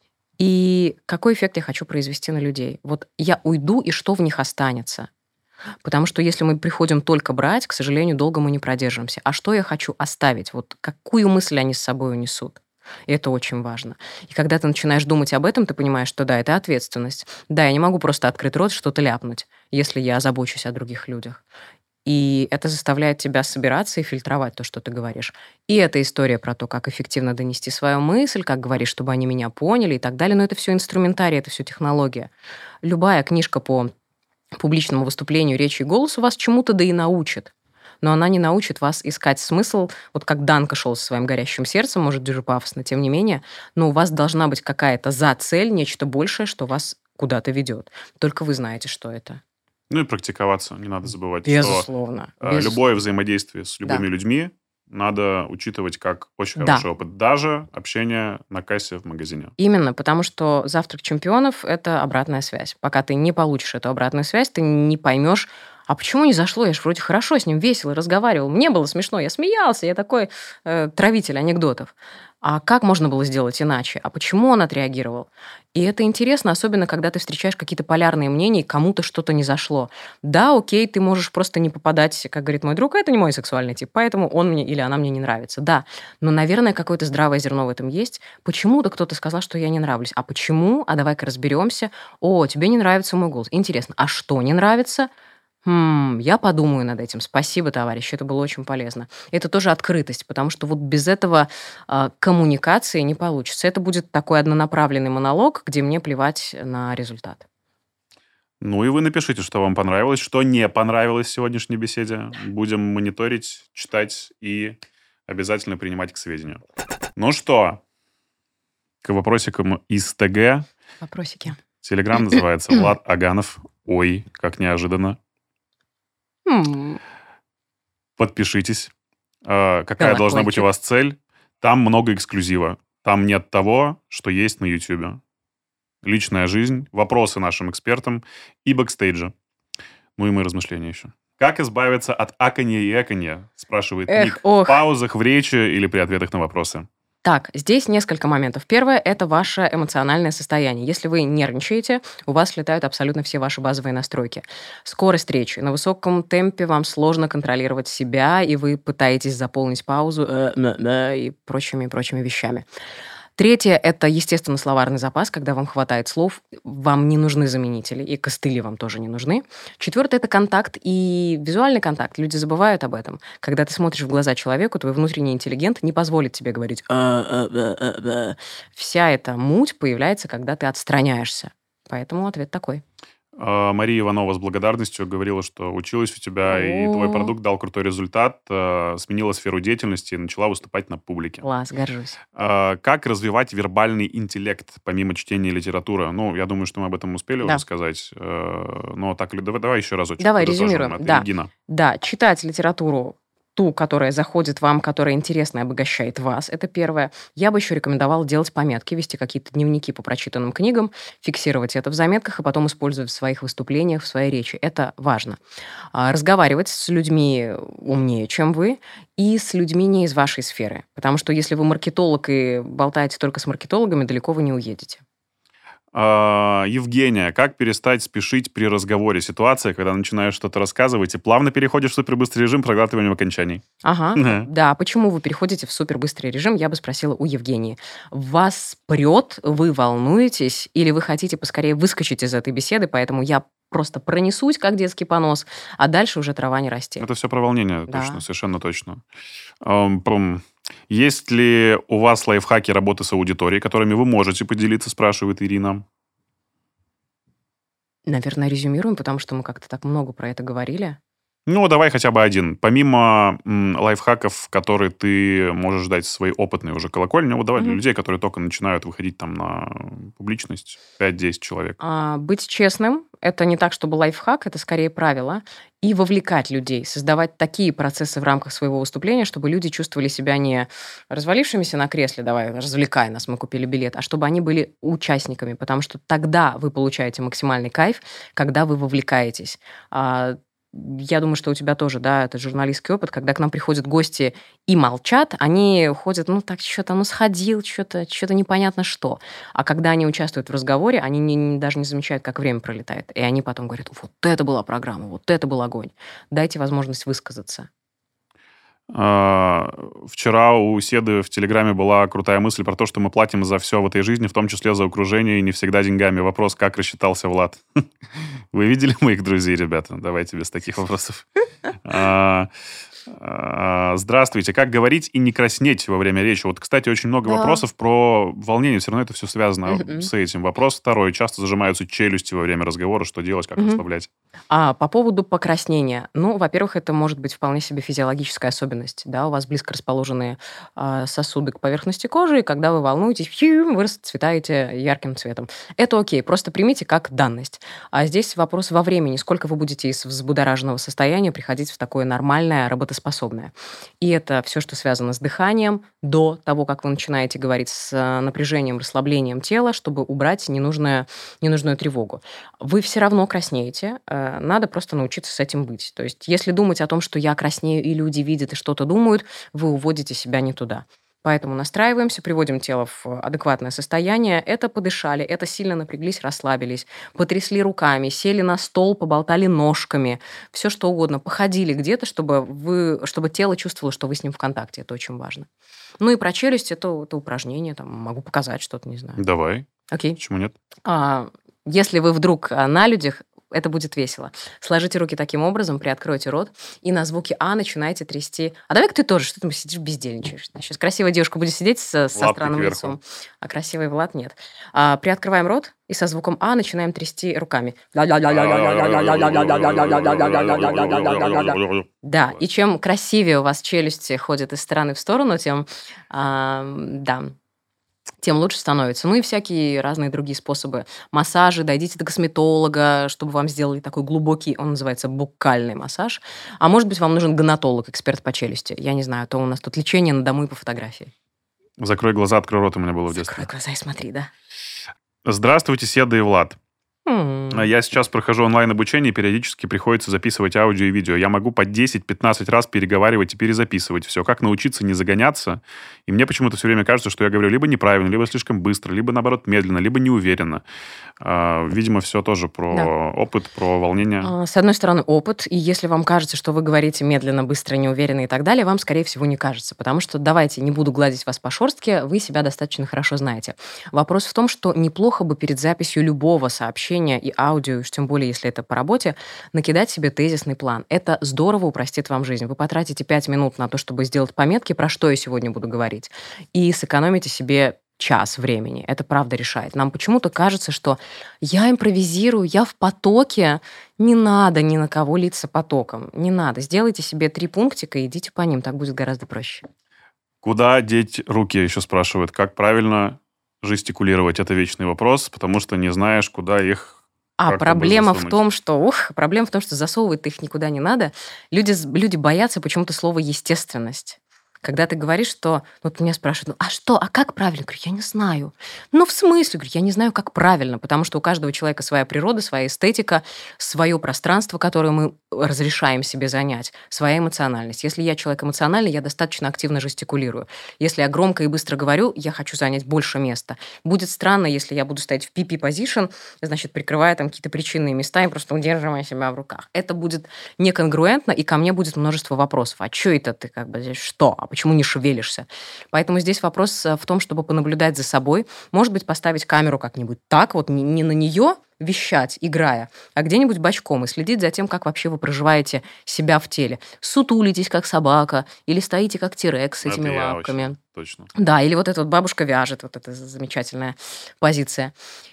и какой эффект я хочу произвести на людей. Вот я уйду, и что в них останется. Потому что если мы приходим только брать, к сожалению, долго мы не продержимся. А что я хочу оставить? Вот какую мысль они с собой унесут? И это очень важно. И когда ты начинаешь думать об этом, ты понимаешь, что да, это ответственность. Да, я не могу просто открыть рот, что-то ляпнуть, если я озабочусь о других людях. И это заставляет тебя собираться и фильтровать то, что ты говоришь. И это история про то, как эффективно донести свою мысль, как говорить, чтобы они меня поняли и так далее. Но это все инструментарий, это все технология. Любая книжка по публичному выступлению, речи и голосу вас чему-то да и научит. Но она не научит вас искать смысл, вот как Данка шел со своим горящим сердцем, может, даже пафосно, тем не менее, но у вас должна быть какая-то цель, нечто большее, что вас куда-то ведет. Только вы знаете, что это. Ну и практиковаться. Не надо забывать, Безусловно. что любое взаимодействие с любыми людьми надо учитывать как очень хороший опыт. Даже общение на кассе в магазине. Именно, потому что завтрак чемпионов – это обратная связь. Пока ты не получишь эту обратную связь, ты не поймешь, а почему не зашло? Я же вроде хорошо с ним весело разговаривал. Мне было смешно, я смеялся, я такой травитель анекдотов. А как можно было сделать иначе? А почему он отреагировал? И это интересно, особенно когда ты встречаешь какие-то полярные мнения, и кому-то что-то не зашло. Да, окей, ты можешь просто не попадать, как говорит мой друг, это не мой сексуальный тип, поэтому он мне или она мне не нравится. Да, но, наверное, какое-то здравое зерно в этом есть. Почему-то кто-то сказал, что я не нравлюсь. А почему? А давай-ка разберемся. О, тебе не нравится мой голос. Интересно, а что не нравится? Я подумаю над этим. Спасибо, товарищ, это было очень полезно. Это тоже открытость, потому что вот без этого коммуникации не получится. Это будет такой однонаправленный монолог, где мне плевать на результат. Ну и вы напишите, что вам понравилось, что не понравилось в сегодняшней беседе. Будем мониторить, читать и обязательно принимать к сведению. Ну что, к вопросикам из ТГ. Вопросики. Телеграм называется Влад Аганов. Ой, как неожиданно. Подпишитесь. Какая должна быть у вас цель? Там много эксклюзива. Там нет того, что есть на YouTube. Личная жизнь, вопросы нашим экспертам и бэкстейджа. Ну и мои размышления еще. Как избавиться от аканья и эканья? Спрашивает Ник. В паузах, в речи или при ответах на вопросы. Так, здесь несколько моментов. Первое – это ваше эмоциональное состояние. Если вы нервничаете, у вас слетают абсолютно все ваши базовые настройки. Скорость речи. На высоком темпе вам сложно контролировать себя, и вы пытаетесь заполнить паузу и прочими вещами. Третье – это, естественно, словарный запас, когда вам хватает слов, вам не нужны заменители, и костыли вам тоже не нужны. Четвертое – это контакт и визуальный контакт. Люди забывают об этом. Когда ты смотришь в глаза человеку, твой внутренний интеллигент не позволит тебе говорить Вся эта муть появляется, когда ты отстраняешься. Поэтому ответ такой. Мария Иванова с благодарностью говорила, что училась у тебя, и твой продукт дал крутой результат, сменила сферу деятельности и начала выступать на публике. Класс, горжусь. Как развивать вербальный интеллект, помимо чтения литературы? Ну, я думаю, что мы об этом успели уже сказать. Но так, давай еще разочек. Давай, резюмируем. Да, читать литературу, ту, которая заходит вам, которая интересна и обогащает вас. Это первое. Я бы еще рекомендовала делать пометки, вести какие-то дневники по прочитанным книгам, фиксировать это в заметках и потом использовать в своих выступлениях, в своей речи. Это важно. Разговаривать с людьми умнее, чем вы, и с людьми не из вашей сферы. Потому что если вы маркетолог и болтаете только с маркетологами, далеко вы не уедете. Евгения, как перестать спешить при разговоре? Ситуация, когда начинаешь что-то рассказывать и плавно переходишь в супербыстрый режим проглатыванием окончаний. Ага, да. Почему вы переходите в супербыстрый режим, я бы спросила у Евгении. Вас прет, вы волнуетесь, или вы хотите поскорее выскочить из этой беседы, поэтому я просто пронесусь, как детский понос, а дальше уже трава не расти. Это все про волнение, точно, совершенно точно. Есть ли у вас лайфхаки работы с аудиторией, которыми вы можете поделиться, спрашивает Ирина? Наверное, резюмируем, потому что мы как-то так много про это говорили. Ну, давай хотя бы один. Помимо лайфхаков, которые ты можешь дать своей опытной уже колокольне, вот давай для людей, которые только начинают выходить там на публичность, 5-10 человек. Быть честным – это не так, чтобы лайфхак, это скорее правило. И вовлекать людей, создавать такие процессы в рамках своего выступления, чтобы люди чувствовали себя не развалившимися на кресле, давай, развлекай нас, мы купили билет, а чтобы они были участниками, потому что тогда вы получаете максимальный кайф, когда вы вовлекаетесь. Я думаю, что у тебя тоже, да, это журналистский опыт, когда к нам приходят гости и молчат, они ходят, так что-то, сходил, что-то непонятно что. А когда они участвуют в разговоре, они даже не замечают, как время пролетает. И они потом говорят, вот это была программа, вот это был огонь. Дайте возможность высказаться. Вчера у Седы в Телеграме была крутая мысль про то, что мы платим за все в этой жизни, в том числе за окружение, и не всегда деньгами. Вопрос, как рассчитался Влад? Вы видели моих друзей, ребята? Давайте без таких вопросов. Здравствуйте. Как говорить и не краснеть во время речи? Вот, кстати, очень много вопросов про волнение. Все равно это все связано с этим. Вопрос второй. Часто зажимаются челюсти во время разговора. Что делать? Как расслаблять? По поводу покраснения. Во-первых, это может быть вполне себе физиологическая особенность. Да? У вас близко расположенные сосуды к поверхности кожи, и когда вы волнуетесь, вы расцветаете ярким цветом. Это окей. Просто примите как данность. А здесь вопрос во времени. Сколько вы будете из взбудораженного состояния приходить в такое нормальное, работоспособное. И это все, что связано с дыханием, до того, как вы начинаете говорить, с напряжением, расслаблением тела, чтобы убрать ненужную тревогу. Вы все равно краснеете, надо просто научиться с этим быть. То есть, если думать о том, что я краснею, и люди видят и что-то думают, вы уводите себя не туда. Поэтому настраиваемся, приводим тело в адекватное состояние. Это подышали, это сильно напряглись, расслабились, потрясли руками, сели на стол, поболтали ножками, все что угодно, походили где-то, чтобы тело чувствовало, что вы с ним в контакте. Это очень важно. И про челюсть это упражнение, могу показать что-то, не знаю. Давай. Окей. Почему нет? Если вы вдруг на людях это будет весело. Сложите руки таким образом, приоткройте рот, и на звуки «а» начинайте трясти. А давай-ка ты тоже, что ты там сидишь, бездельничаешь. Сейчас красивая девушка будет сидеть со странным лицом, а красивый Влад нет. Приоткрываем рот, и со звуком «а» начинаем трясти руками. Да, и чем красивее у вас челюсти ходят из стороны в сторону, тем лучше становится. Ну и всякие разные другие способы. Массажи, дойдите до косметолога, чтобы вам сделали такой глубокий, он называется буккальный массаж. А может быть, вам нужен гонатолог, эксперт по челюсти. Я не знаю, то у нас тут лечение на дому и по фотографии. Закрой глаза, открой рот у меня было в детстве. Закрой глаза и смотри, да. Здравствуйте, Седа и Влад. Я сейчас прохожу онлайн-обучение, и периодически приходится записывать аудио и видео. Я могу по 10-15 раз переговаривать и перезаписывать все. Как научиться не загоняться? И мне почему-то все время кажется, что я говорю либо неправильно, либо слишком быстро, либо, наоборот, медленно, либо неуверенно. Видимо, все тоже про опыт, про волнение. С одной стороны, опыт. И если вам кажется, что вы говорите медленно, быстро, неуверенно и так далее, вам, скорее всего, не кажется. Потому что, давайте, не буду гладить вас по шерстке, вы себя достаточно хорошо знаете. Вопрос в том, что неплохо бы перед записью любого сообщения и аудио, уж тем более, если это по работе, накидать себе тезисный план. Это здорово упростит вам жизнь. Вы потратите 5 минут на то, чтобы сделать пометки, про что я сегодня буду говорить, и сэкономите себе час времени. Это правда решает. Нам почему-то кажется, что я импровизирую, я в потоке. Не надо ни на кого литься потоком. Не надо. Сделайте себе 3 пунктика и идите по ним. Так будет гораздо проще. Куда деть руки, еще спрашивают. Как правильно жестикулировать? Это вечный вопрос, потому что не знаешь, куда их проблема в том, что засовывать их никуда не надо. Люди боятся почему-то слова «естественность». Когда ты говоришь, что... Вот меня спрашивают, а как правильно? Я говорю, я не знаю. В смысле? Говорю, я не знаю, как правильно, потому что у каждого человека своя природа, своя эстетика, свое пространство, которое мы разрешаем себе занять, своя эмоциональность. Если я человек эмоциональный, я достаточно активно жестикулирую. Если я громко и быстро говорю, я хочу занять больше места. Будет странно, если я буду стоять в PP-позишн, значит, прикрывая там какие-то причинные места и просто удерживая себя в руках. Это будет неконгруентно, и ко мне будет множество вопросов. А что это ты здесь что? Почему не шевелишься? Поэтому здесь вопрос в том, чтобы понаблюдать за собой. Может быть, поставить камеру как-нибудь так, вот не на нее вещать, играя, а где-нибудь бочком и следить за тем, как вообще вы проживаете себя в теле. Сутулитесь, как собака, или стоите, как тирекс с этими лапками. Точно. Да, или вот эта вот бабушка вяжет, вот эта замечательная позиция.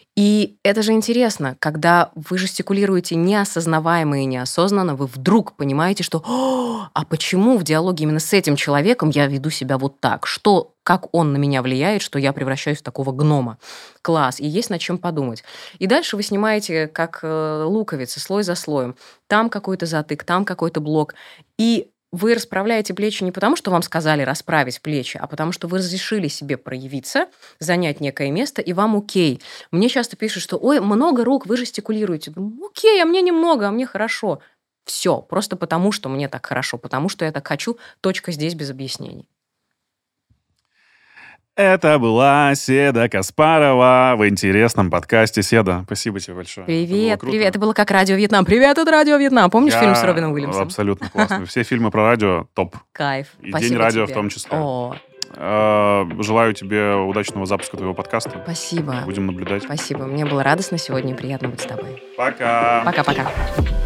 И это же интересно, когда вы жестикулируете неосознаваемо и неосознанно, вы вдруг понимаете, что а почему в диалоге именно с этим человеком я веду себя вот так? Как он на меня влияет, что я превращаюсь в такого гнома? Класс, и есть над чем подумать. И дальше вы снимаете, как луковицы, слой за слоем. Там какой-то затык, там какой-то блок. И вы расправляете плечи не потому, что вам сказали расправить плечи, а потому что вы разрешили себе проявиться, занять некое место, и вам окей. Мне часто пишут, что «Ой, много рук, вы жестикулируете». Окей, а мне немного, а мне хорошо. Все, просто потому, что мне так хорошо, потому что я так хочу, точка здесь без объяснений. Это была Седа Каспарова в интересном подкасте. Седа, спасибо тебе большое. Привет. Это было как «Радио Вьетнам». Привет, это «Радио Вьетнам». Помнишь фильм с Робином Уильямсом? Абсолютно классно. Все фильмы про радио топ. Кайф. И Спасибо День радио тебе. в том числе. Желаю тебе удачного запуска твоего подкаста. Спасибо. Будем наблюдать. Спасибо. Мне было радостно сегодня и приятно быть с тобой. Пока. Пока-пока.